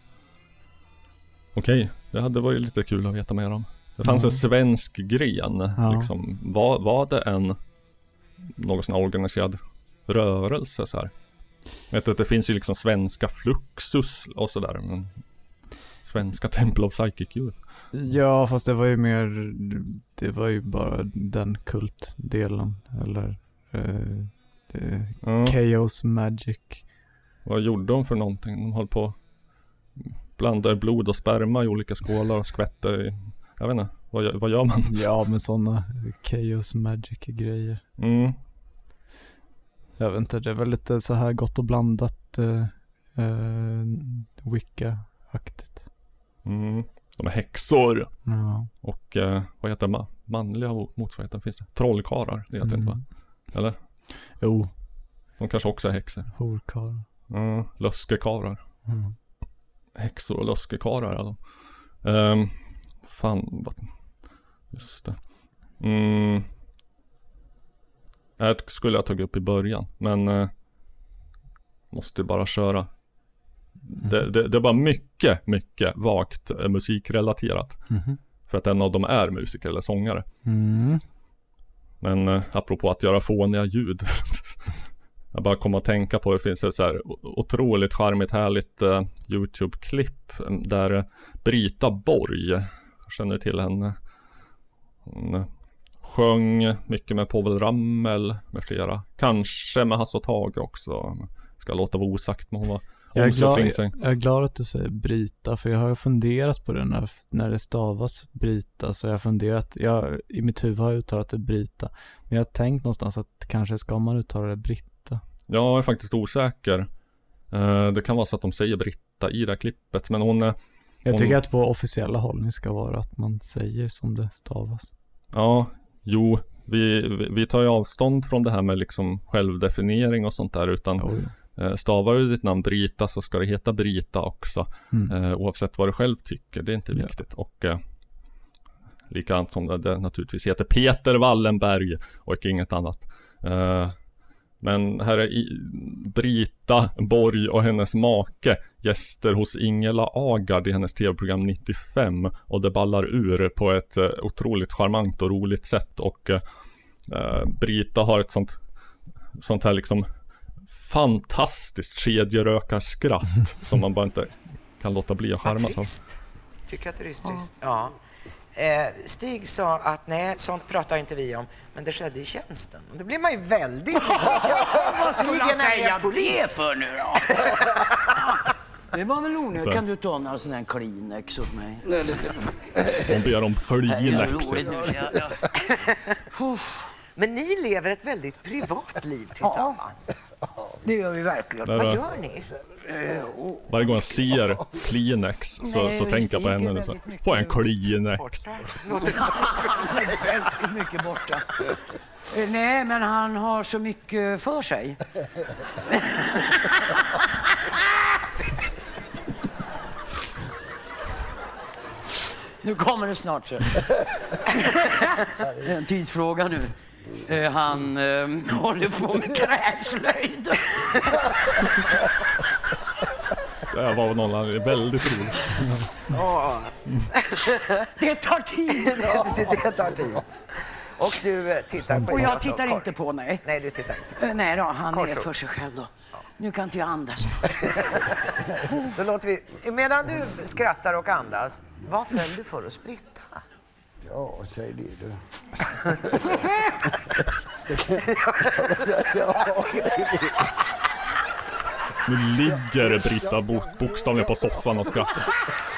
Okej, det hade varit lite kul att veta mer om. Det fanns ja. en svensk gren. Ja. Liksom. Var, var det en någon sån organiserad rörelse så här? Jag vet att det finns ju liksom svenska Fluxus och sådär, men svenska Temple of Psychic Youth. Ja, fast det var ju mer, det var ju bara den kultdelen, eller uh, det, ja. Chaos Magic. Vad gjorde de för någonting? De höll på blanda blod och sperma i olika skålar och skvätta i, jag vet inte, vad, vad gör man? Ja, med sådana Chaos Magic grejer. Mm. Jag vet inte, det är väl lite så här gott och blandat uh, uh, Wicca-aktigt. Mm. De är häxor. Ja. Och uh, vad heter man? Manliga motsvarigheten finns det. Trollkarlar, det heter mm. inte va? Eller? Jo. De kanske också är häxor. Horkarlar. Mm. Löskekarar. Mm. Häxor och löskekarar alltså. Um, fan vad... Just det. Mm. Det skulle jag tagit upp i början, men uh, måste bara köra. Mm. Det, det, det var mycket, mycket vagt uh, musikrelaterat. Mm. För att en av dem är musiker eller sångare. Mm. Men uh, apropå att göra fåniga ljud. Jag bara kommer att tänka på, det finns ett så här otroligt charmigt, härligt uh, YouTube-klipp där uh, Brita Borg, jag känner till henne. Hon uh, sjöng mycket med Povel Ramel med flera. Kanske med Hasse och Tage också. Ska låta vara osagt, men hon var jag är, glad, jag är glad att du säger Brita, för jag har funderat på det när, när det stavas Brita, så jag har funderat, jag, i mitt huvud har jag uttalat det Brita, men jag har tänkt någonstans att kanske ska man uttala det Britta. Jag är faktiskt osäker. Uh, det kan vara så att de säger Britta i det här klippet, men hon... Jag hon... tycker att vår officiella hållning ska vara att man säger som det stavas. Ja, jo, vi, vi tar ju avstånd från det här med liksom självdefiniering och sånt där, utan oh, ja. eh, stavar du ditt namn Brita så ska det heta Brita också, mm. eh, oavsett vad du själv tycker, det är inte ja. viktigt. Och eh, likadant som det, det naturligtvis heter Peter Wallenberg och inget annat. Eh, men här är i, Brita Borg och hennes make gäster hos Ingela Agard i hennes tv-program nittiofem, och det ballar ur på ett uh, otroligt charmant och roligt sätt. Och uh, Brita har ett sånt sånt här liksom fantastiskt kedjerökarskratt som man bara inte kan låta bli att charmas av. Tycker att det är trist. Ja. Eh, Stig sa att nej, sånt pratar inte vi om, men det skedde i tjänsten. Och det blir man ju väldigt... Vad skulle jag säga det för nu då? Det var väl onödigt. Kan du ta några sådana här Kleenex åt mig? De ber om Kleenex. Ja, ja. Men ni lever ett väldigt privat liv tillsammans. Ja, det gör vi verkligen. Där, Vad gör ni? varje gång jag ser Kleenex så, Nej, så tänker jag på henne. Så. Får jag en Kleenex? Väldigt mycket borta. Eh, Nej, men han har så mycket för sig. Nu kommer det snart. Så. Det är en tidsfråga nu. Eh, han eh, håller på med kräslöjd. Det var någon väldigt rolig. Ja. Det tar tid. det, det tar tid. Och du eh, tittar på Och jag Jonathan tittar Kors. inte på, nej. Nej, du tittar inte. Eh, nej då, han Korsord. är för sig själv då. Nu kan inte jag andas. Då låter vi... Medan du skrattar och andas, vad föll du för att spritta? Ja, säg det du. Nu ligger Britta bok- bokstavligen på soffan och skrattar.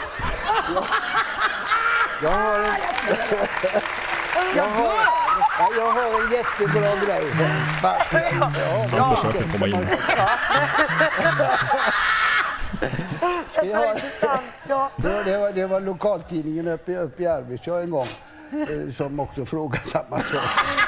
Jag har en... Jag har, ja, jag har en jättebra grej. Han försöker komma in. Det är intressant, ja. Det var, det var lokaltidningen uppe, uppe i Arvidsjaur en gång eh, som också frågade samma sak.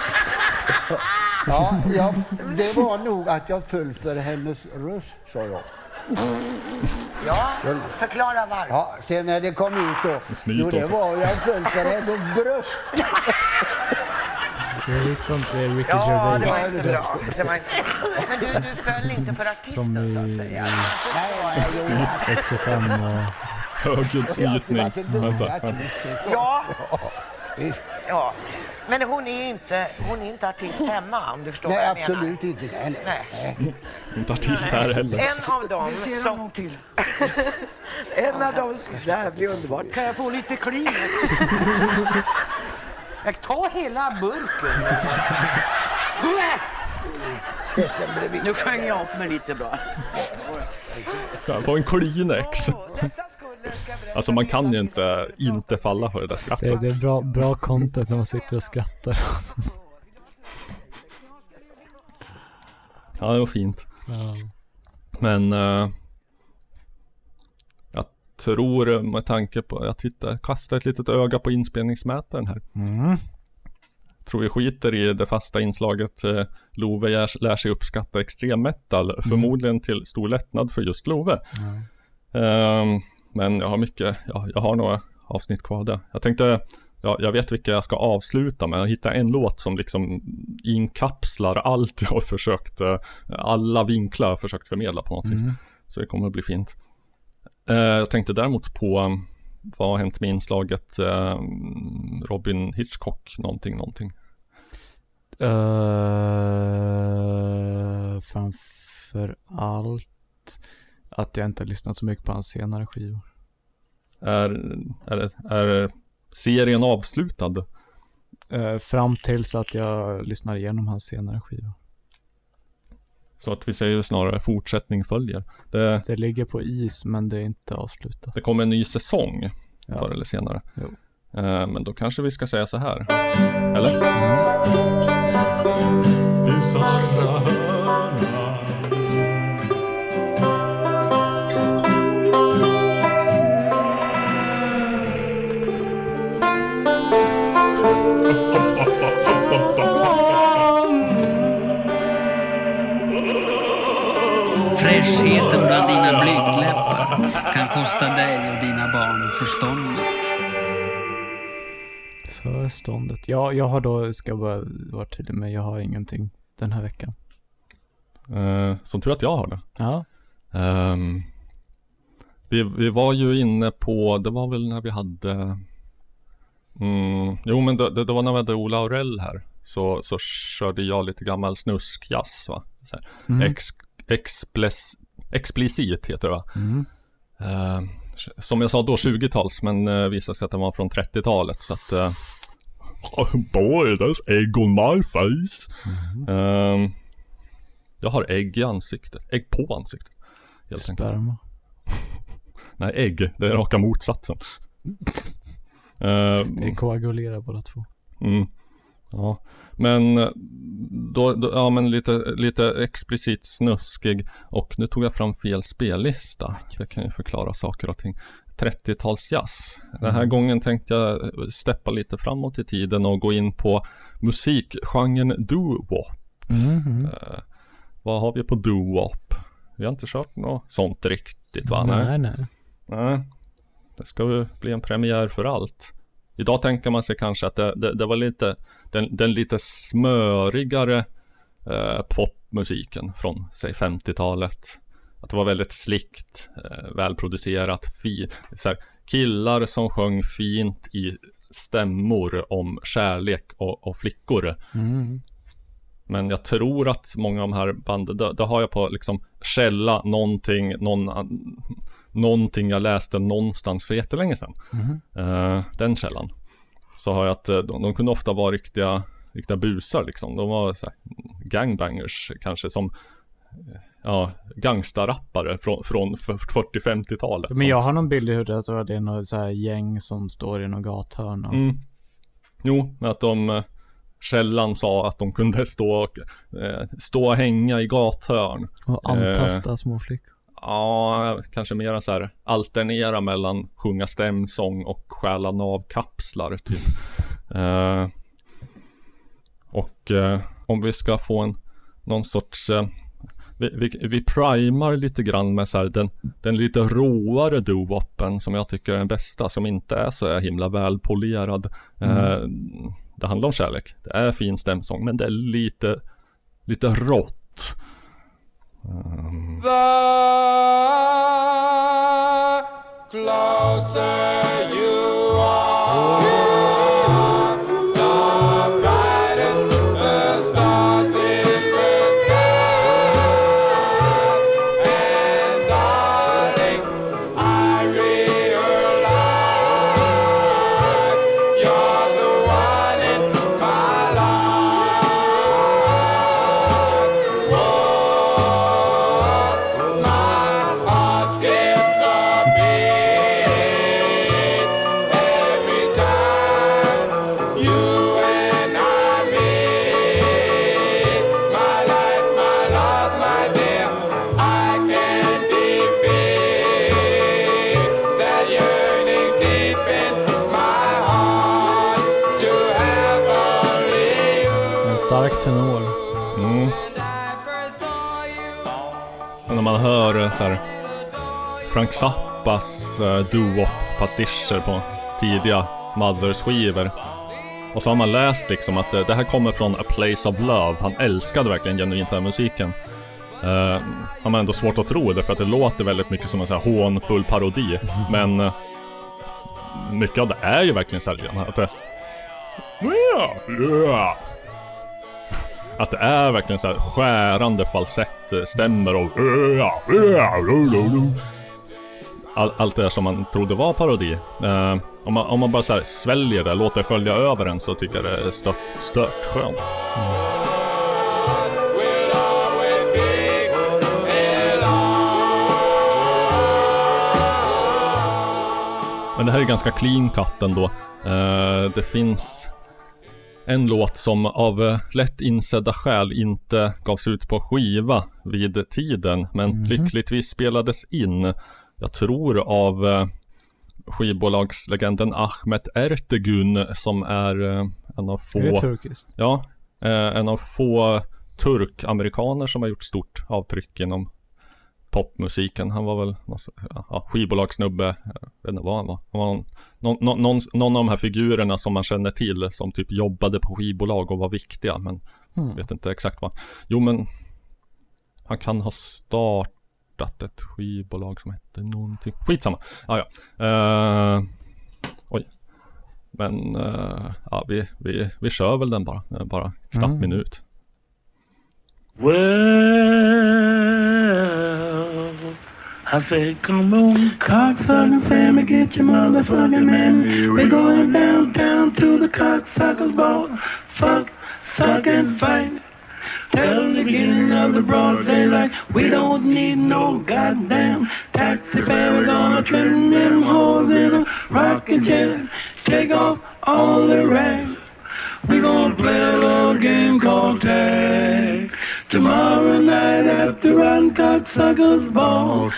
Ja, ja, det var nog att jag föll för hennes röst, sa jag. Ja, förklara varför. Ja, sen när det kom ut då, jo, det var jag föll för hennes bröst. Det är lite sånt det är Ricky Ja, Gervais. det var inte bra. Det var inte... Men du, du föll inte för artisten, så att säga. Snitt sextiofem och... Högljudsnytning. Vänta, vänta. Ja. Ja. Men hon är inte, hon är inte artist hemma, om du förstår Nej, vad jag menar. absolut inte. Nej, nej. Nej. Inte artist här heller. En av dem som... till. En av dem... Det här blir underbart. Kan jag få lite Kleenex? Jag tar hela burken. Nu sjöng jag upp mig lite bra. Kan jag få en Kleenex? Alltså man kan ju inte inte falla för det där skrattet. Det, det är bra, bra content när man sitter och skrattar. Ja, det var fint. Ja. Men uh, jag tror med tanke på, jag tittar, kastar ett litet öga på inspelningsmätaren här. Mm. Tror vi skiter i det fasta inslaget uh, Love lär, lär sig uppskatta extrem metal. Mm. Förmodligen till stor lättnad för just Love. Mm. Um, men jag har mycket, ja, jag har några avsnitt kvar där. Jag tänkte, ja, jag vet vilka jag ska avsluta med. Jag hittar en låt som liksom inkapslar allt jag har försökt, alla vinklar jag har försökt förmedla på något mm. vis. Så det kommer att bli fint. Uh, jag tänkte däremot på vad har hänt med inslaget uh, Robin Hitchcock någonting, någonting. Uh, framför allt att jag inte har lyssnat så mycket på hans senare skivor. Är, är, är serien avslutad? Uh, fram tills att jag lyssnar igenom hans senare skivor. Så att vi säger snarare fortsättning följer. Det, det ligger på is, men det är inte avslutat. Det kommer en ny säsong ja. Förr eller senare. Jo. Uh, men då kanske vi ska säga så här. Eller? Mm. Fräschheten bland dina blygdläppar kan kosta dig och dina barn förståndet. Förståndet. Ja, jag har då, ska bara vara tydlig med, jag har ingenting den här veckan. Uh, som tur att jag har det. Ja. Um, vi, vi var ju inne på, det var väl när vi hade, mm, jo men det, det, det var när vi hade Ola Aurell här. Så, så körde jag lite gammal snuskjazz va. Så här. Mm. Ex, exples, explicit heter det va. Mm. Uh, som jag sa då tjugo-tals, men uh, visade sig att det var från trettiotalet. Så att uh, boy, there's egg on my face. Mm. Uh, jag har ägg i ansiktet. Ägg på ansiktet. Helt Sperma. Nej, ägg. Det är raka motsatsen. uh, det koagulerar båda två. Mm. Ja, men då, då ja men lite lite explicit snuskig, och nu tog jag fram fel spellista. Det kan ju förklara saker och ting. trettio-talsjazz. Den här mm. gången tänkte jag steppa lite framåt i tiden och gå in på musikgenren doo-wop. Mm. Uh, vad har vi på doo-wop? Vi har inte kört något sånt riktigt, va? Nej, nej. Nej. Det ska ju bli en premiär för allt. Idag tänker man sig kanske att det, det, det var lite den, den lite smörigare eh, popmusiken från säg femtiotalet. Att det var väldigt slickt, eh, välproducerat, fint. Så här, killar som sjöng fint i stämmor om kärlek och, och flickor. Mm. Men jag tror att många av de här banden, det, det har jag på liksom källa någonting, någon, någonting jag läste någonstans för jättelänge sedan. Mm. Uh, den källan. Så har jag att de, de kunde ofta vara riktiga, riktiga busar liksom. De var så här, gangbangers kanske som ja, gangstarappare från, från fyrtio-femtiotalet. Men jag har någon bild i huvudet att det är något så här gäng som står i någon gathörn. Och... Mm. Jo, att de... Källan sa att de kunde stå och, eh, stå och hänga i gathörn. Och antasta eh, småflickor. Ja, kanske mer så här alternera mellan sjunga stämsång och stjäla navkapslar typ. eh, och eh, om vi ska få en någon sorts eh, vi, vi, vi primar lite grann med så här, den, den lite råare doo-wopen som jag tycker är den bästa, som inte är så himla välpolerad. Mm. Eh, Det handlar om kärlek. Det är fin stämsång, men det är lite lite rått. Um. The closer you are, the brighter the stars in the sky. And darling, I realize you're the one in my life. Whoa, my heart skips a beat every time you and I meet. My life, my love, my dear, I can't defeat that yearning deep in my heart to have only you. En stark tenor. Mm. Så när man hör så här Frank Zappas uh, doo-wop-pastischer på tidiga Mothers-skivor, och så har man läst liksom att uh, det här kommer från A Place of Love. Han älskade verkligen genuint den musiken. Uh, har man ändå svårt att tro det, för att det låter väldigt mycket som en så här hånfull parodi. Men uh, mycket av det är ju verkligen så här att det att det är verkligen så här skärande falsettstämmer och All, allt det där som man trodde var parodi. Uh, om, man, om man bara så här sväljer det, låter skölja över en, så tycker jag det är stört, stört skönt. Mm. Men det här är ganska clean cut ändå. Uh, det finns en låt som av uh, lätt insedda skäl inte gavs ut på skiva vid tiden, men mm. lyckligtvis spelades in. Jag tror av uh, skivbolagslegenden Ahmet Ertegun, som är uh, en av få... Är det turkiskt? Ja, uh, en av få turk-amerikaner som har gjort stort avtryck inom popmusiken. Han var väl ja, skivbolagssnubbe, jag vet inte vad han var. Han var någon, någon, någon, någon av de här figurerna som man känner till, som typ jobbade på skivbolag och var viktiga, men mm. vet inte exakt vad. Jo, men han kan ha startat ett skivbolag som hette någonting. Skitsamma. Ah, ja. Uh, oj. Men uh, ja, vi, vi, vi kör väl den bara. Bara knappt mm. minut. Well, I said, come on, cocksucking Sammy, get your motherfucking man. We're going downtown to the cocksuckers ball. Fuck, suck and fight. Tell the king of the broad daylight, we don't need no goddamn taxi fare. We're gonna trim them hoes in a rocking chair. Take off all the rags. We're gonna play Tomorrow night at the Rotten Cocksuckers Ball.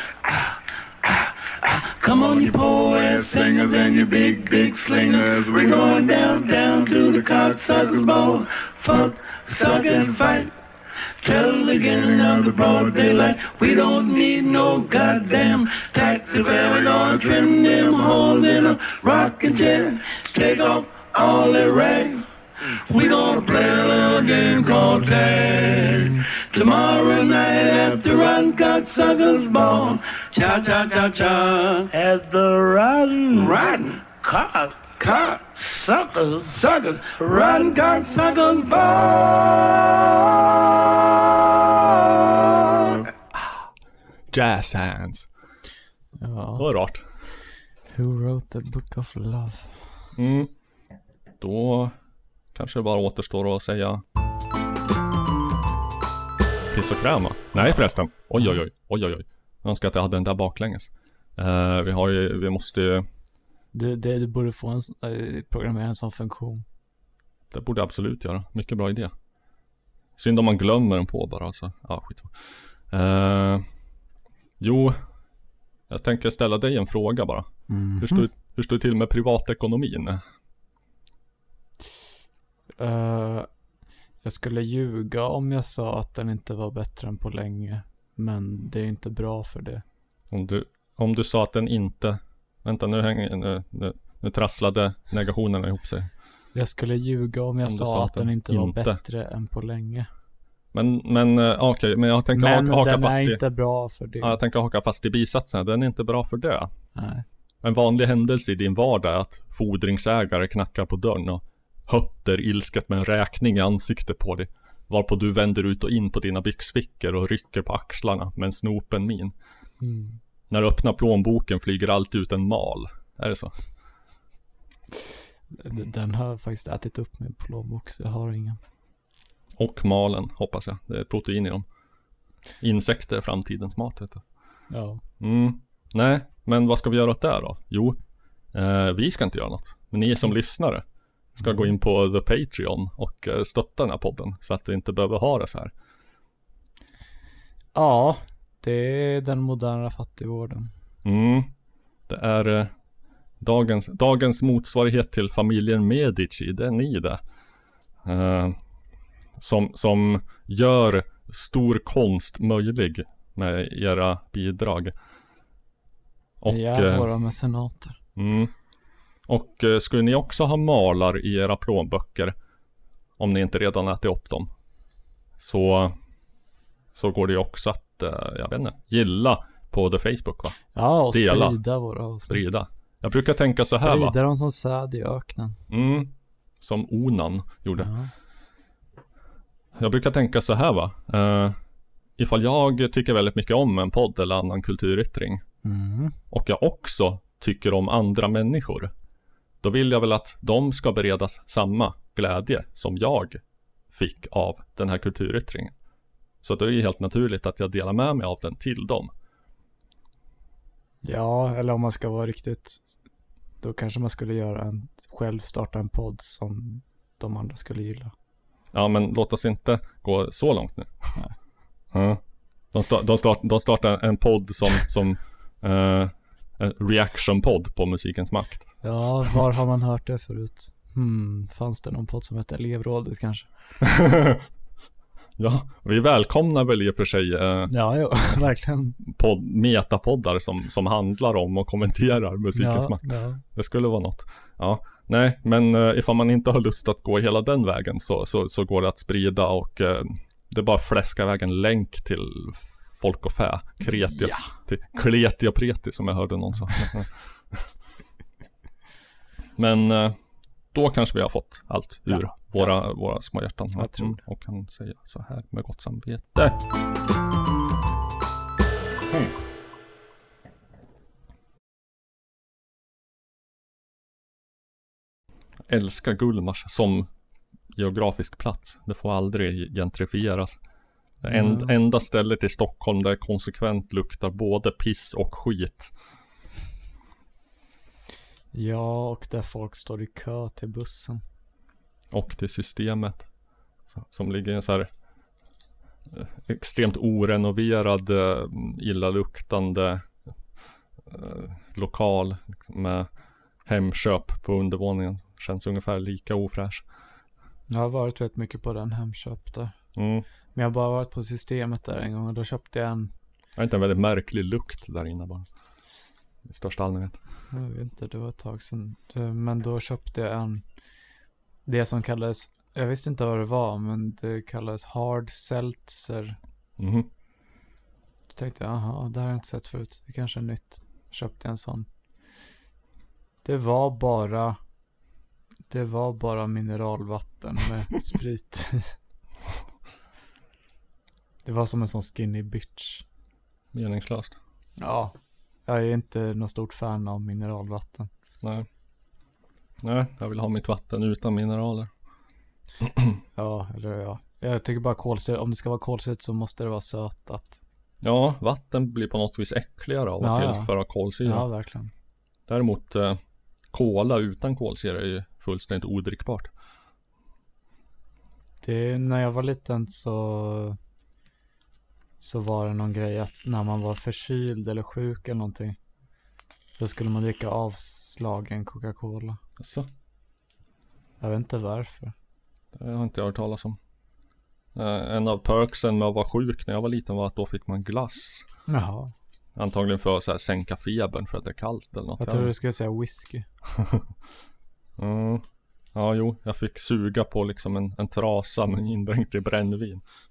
Come on, you poor-ass singers and you big, big slingers. We're going down, down to the cocksuckers ball. Fuck, suck, and fight. Till the beginning of the broad daylight. We don't need no goddamn taxi fare. We're gonna trim them holes in a rocking chair. Take off all their rags. We gonna play a little game called tag. Tomorrow night at the Rotten Cocksuckers Ball. Cha cha cha cha. At the Rotten Rotten Cock Cock Suckers Suckers Rotten Cocksuckers Ball. Jazz hands. Ja. Det var rart. Who wrote the book of love? Mm. Då kanske det bara återstår att säga piss och kräma. Nej förresten. Oj oj oj. Oj oj oj. Jag önskar att jag hade den där baklänges. Uh, vi har ju, vi måste ju... Du, det, du borde få en, äh, programmera en sån funktion. Det borde jag absolut göra. Mycket bra idé. Synd om man glömmer den på bara. Alltså. Ja, skit. Uh, jo, jag tänker ställa dig en fråga bara. Mm-hmm. Hur står, hur står det till med privatekonomin? Uh, jag skulle ljuga om jag sa att den inte var bättre än på länge. Men det är inte bra för det. Om du, om du sa att den inte... Vänta, nu, hänger, nu, nu, nu trasslade negationerna ihop sig. Jag skulle ljuga om jag om sa, sa att den inte var inte. bättre än på länge. Men, men okej, okay, men jag tänker men haka, haka den fast är i... inte bra för det. Ja, jag tänker haka fast i bisatsen. Den är inte bra för det. Nej. En vanlig händelse i din vardag är att fordringsägare knackar på dörren och hötter ilsket med en räkning i ansiktet på dig. Varpå du vänder ut och in på dina byxfickor och rycker på axlarna med en snopen min. Mm. När du öppnar plånboken flyger allt ut en mal. Är det så? Den har faktiskt ätit upp min plånbok så jag har ingen. Och malen, hoppas jag. Det är protein i dem. Insekter är framtidens mat, vet du. Ja. Mm. Nej, men vad ska vi göra åt det då? Jo, eh, vi ska inte göra något. Men ni som lyssnare ska mm. gå in på The Patreon och eh, stötta den här podden så att vi inte behöver ha det så här. Ja, det är den moderna fattigvården. Mm. Det är eh, dagens, dagens motsvarighet till familjen Medici. Det är ni det. Eh, som, som gör stor konst möjlig med era bidrag. Och, ja, våra mecenater. Mm. Och eh, skulle ni också ha malar i era plånböcker, om ni inte redan ätit upp dem, så, så går det ju också att, eh, jag vet inte, gilla på The Facebook, va? Ja, och dela, sprida våra avsnitt. Sprida. Jag brukar tänka så här, sprida va? Sprida dem som säd i öknen. Mm. Som Onan gjorde. Ja. Jag brukar tänka så här, va? Uh, ifall jag tycker väldigt mycket om en podd eller annan kulturyttring, mm. och jag också tycker om andra människor, då vill jag väl att de ska beredas samma glädje som jag fick av den här kulturyttringen. Så det är ju helt naturligt att jag delar med mig av den till dem. Ja, eller om man ska vara riktigt, då kanske man skulle göra en, själv starta en podd som de andra skulle gilla. Ja, men låt oss inte gå så långt nu. Nej. Ja. De, start, de, start, de startar en podd som, som uh, en reaction-podd på Musikens makt. Ja, var har man hört det förut? Hmm, fanns det någon podd som heter Elevrådet kanske? Ja, vi välkomnar väl i och för sig uh, ja, jo, verkligen podd, metapoddar som, som handlar om och kommenterar Musikens ja, makt. Ja. Det skulle vara något. Ja, nej, men uh, ifall man inte har lust att gå hela den vägen så, så, så går det att sprida och uh, det är bara fläska vägen länk till folk och fä. Kreti, ja. Till kleti och preti som jag hörde någon sa. Men uh, då kanske vi har fått allt ur ja. våra, ja. våra små hjärtan. Jag tror det. Och kan säga så här med gott samvete. Mm. Jag älskar Gullmars som geografisk plats. Det får aldrig gentrifieras. Mm. En, enda stället i Stockholm där det konsekvent luktar både piss och skit. Ja, och där folk står i kö till bussen. Och till systemet som ligger så här extremt orenoverad, illaluktande eh, lokal med Hemköp på undervåningen. Känns ungefär lika ofräsch. Jag har varit väldigt mycket på den Hemköp där. Mm. Men jag har bara varit på Systemet där en gång och då köpte jag en... Det är inte en väldigt märklig lukt där inne bara. I största allmänhet. Jag vet inte, det var ett tag sedan. Men då köpte jag en... Det som kallades... Jag visste inte vad det var, men det kallades Hard Seltzer. Mhm. Då tänkte jag, aha, det här har jag inte sett förut. Det kanske är nytt. Köpte en sån. Det var bara... Det var bara mineralvatten med sprit. Det var som en sån skinny bitch. Meningslöst. Ja. Jag är inte någon stort fan av mineralvatten. Nej. Nej, jag vill ha mitt vatten utan mineraler. Ja, eller ja. Jag tycker bara kolsyra, om det ska vara kolsyrat så måste det vara sötat. Ja, vatten blir på något vis äckligare av att Ja, ja. tillföra kolsyra. Ja, verkligen. Däremot eh, kola utan kolsyra är ju fullständigt odrickbart. Det, när jag var liten så så var det någon grej att när man var förkyld eller sjuk eller någonting, då skulle man dricka avslagen Coca-Cola. Alltså. Jag vet inte varför. Det har inte jag hört talas om. Eh, en av perksen med att vara sjuk när jag var liten var att då fick man glass. Jaha. Antagligen för att så här, sänka febern för att det är kallt eller något. Jag tror du skulle säga whisky. mm. Ja, jo. Jag fick suga på liksom en, en trasa men indränkt i brännvin.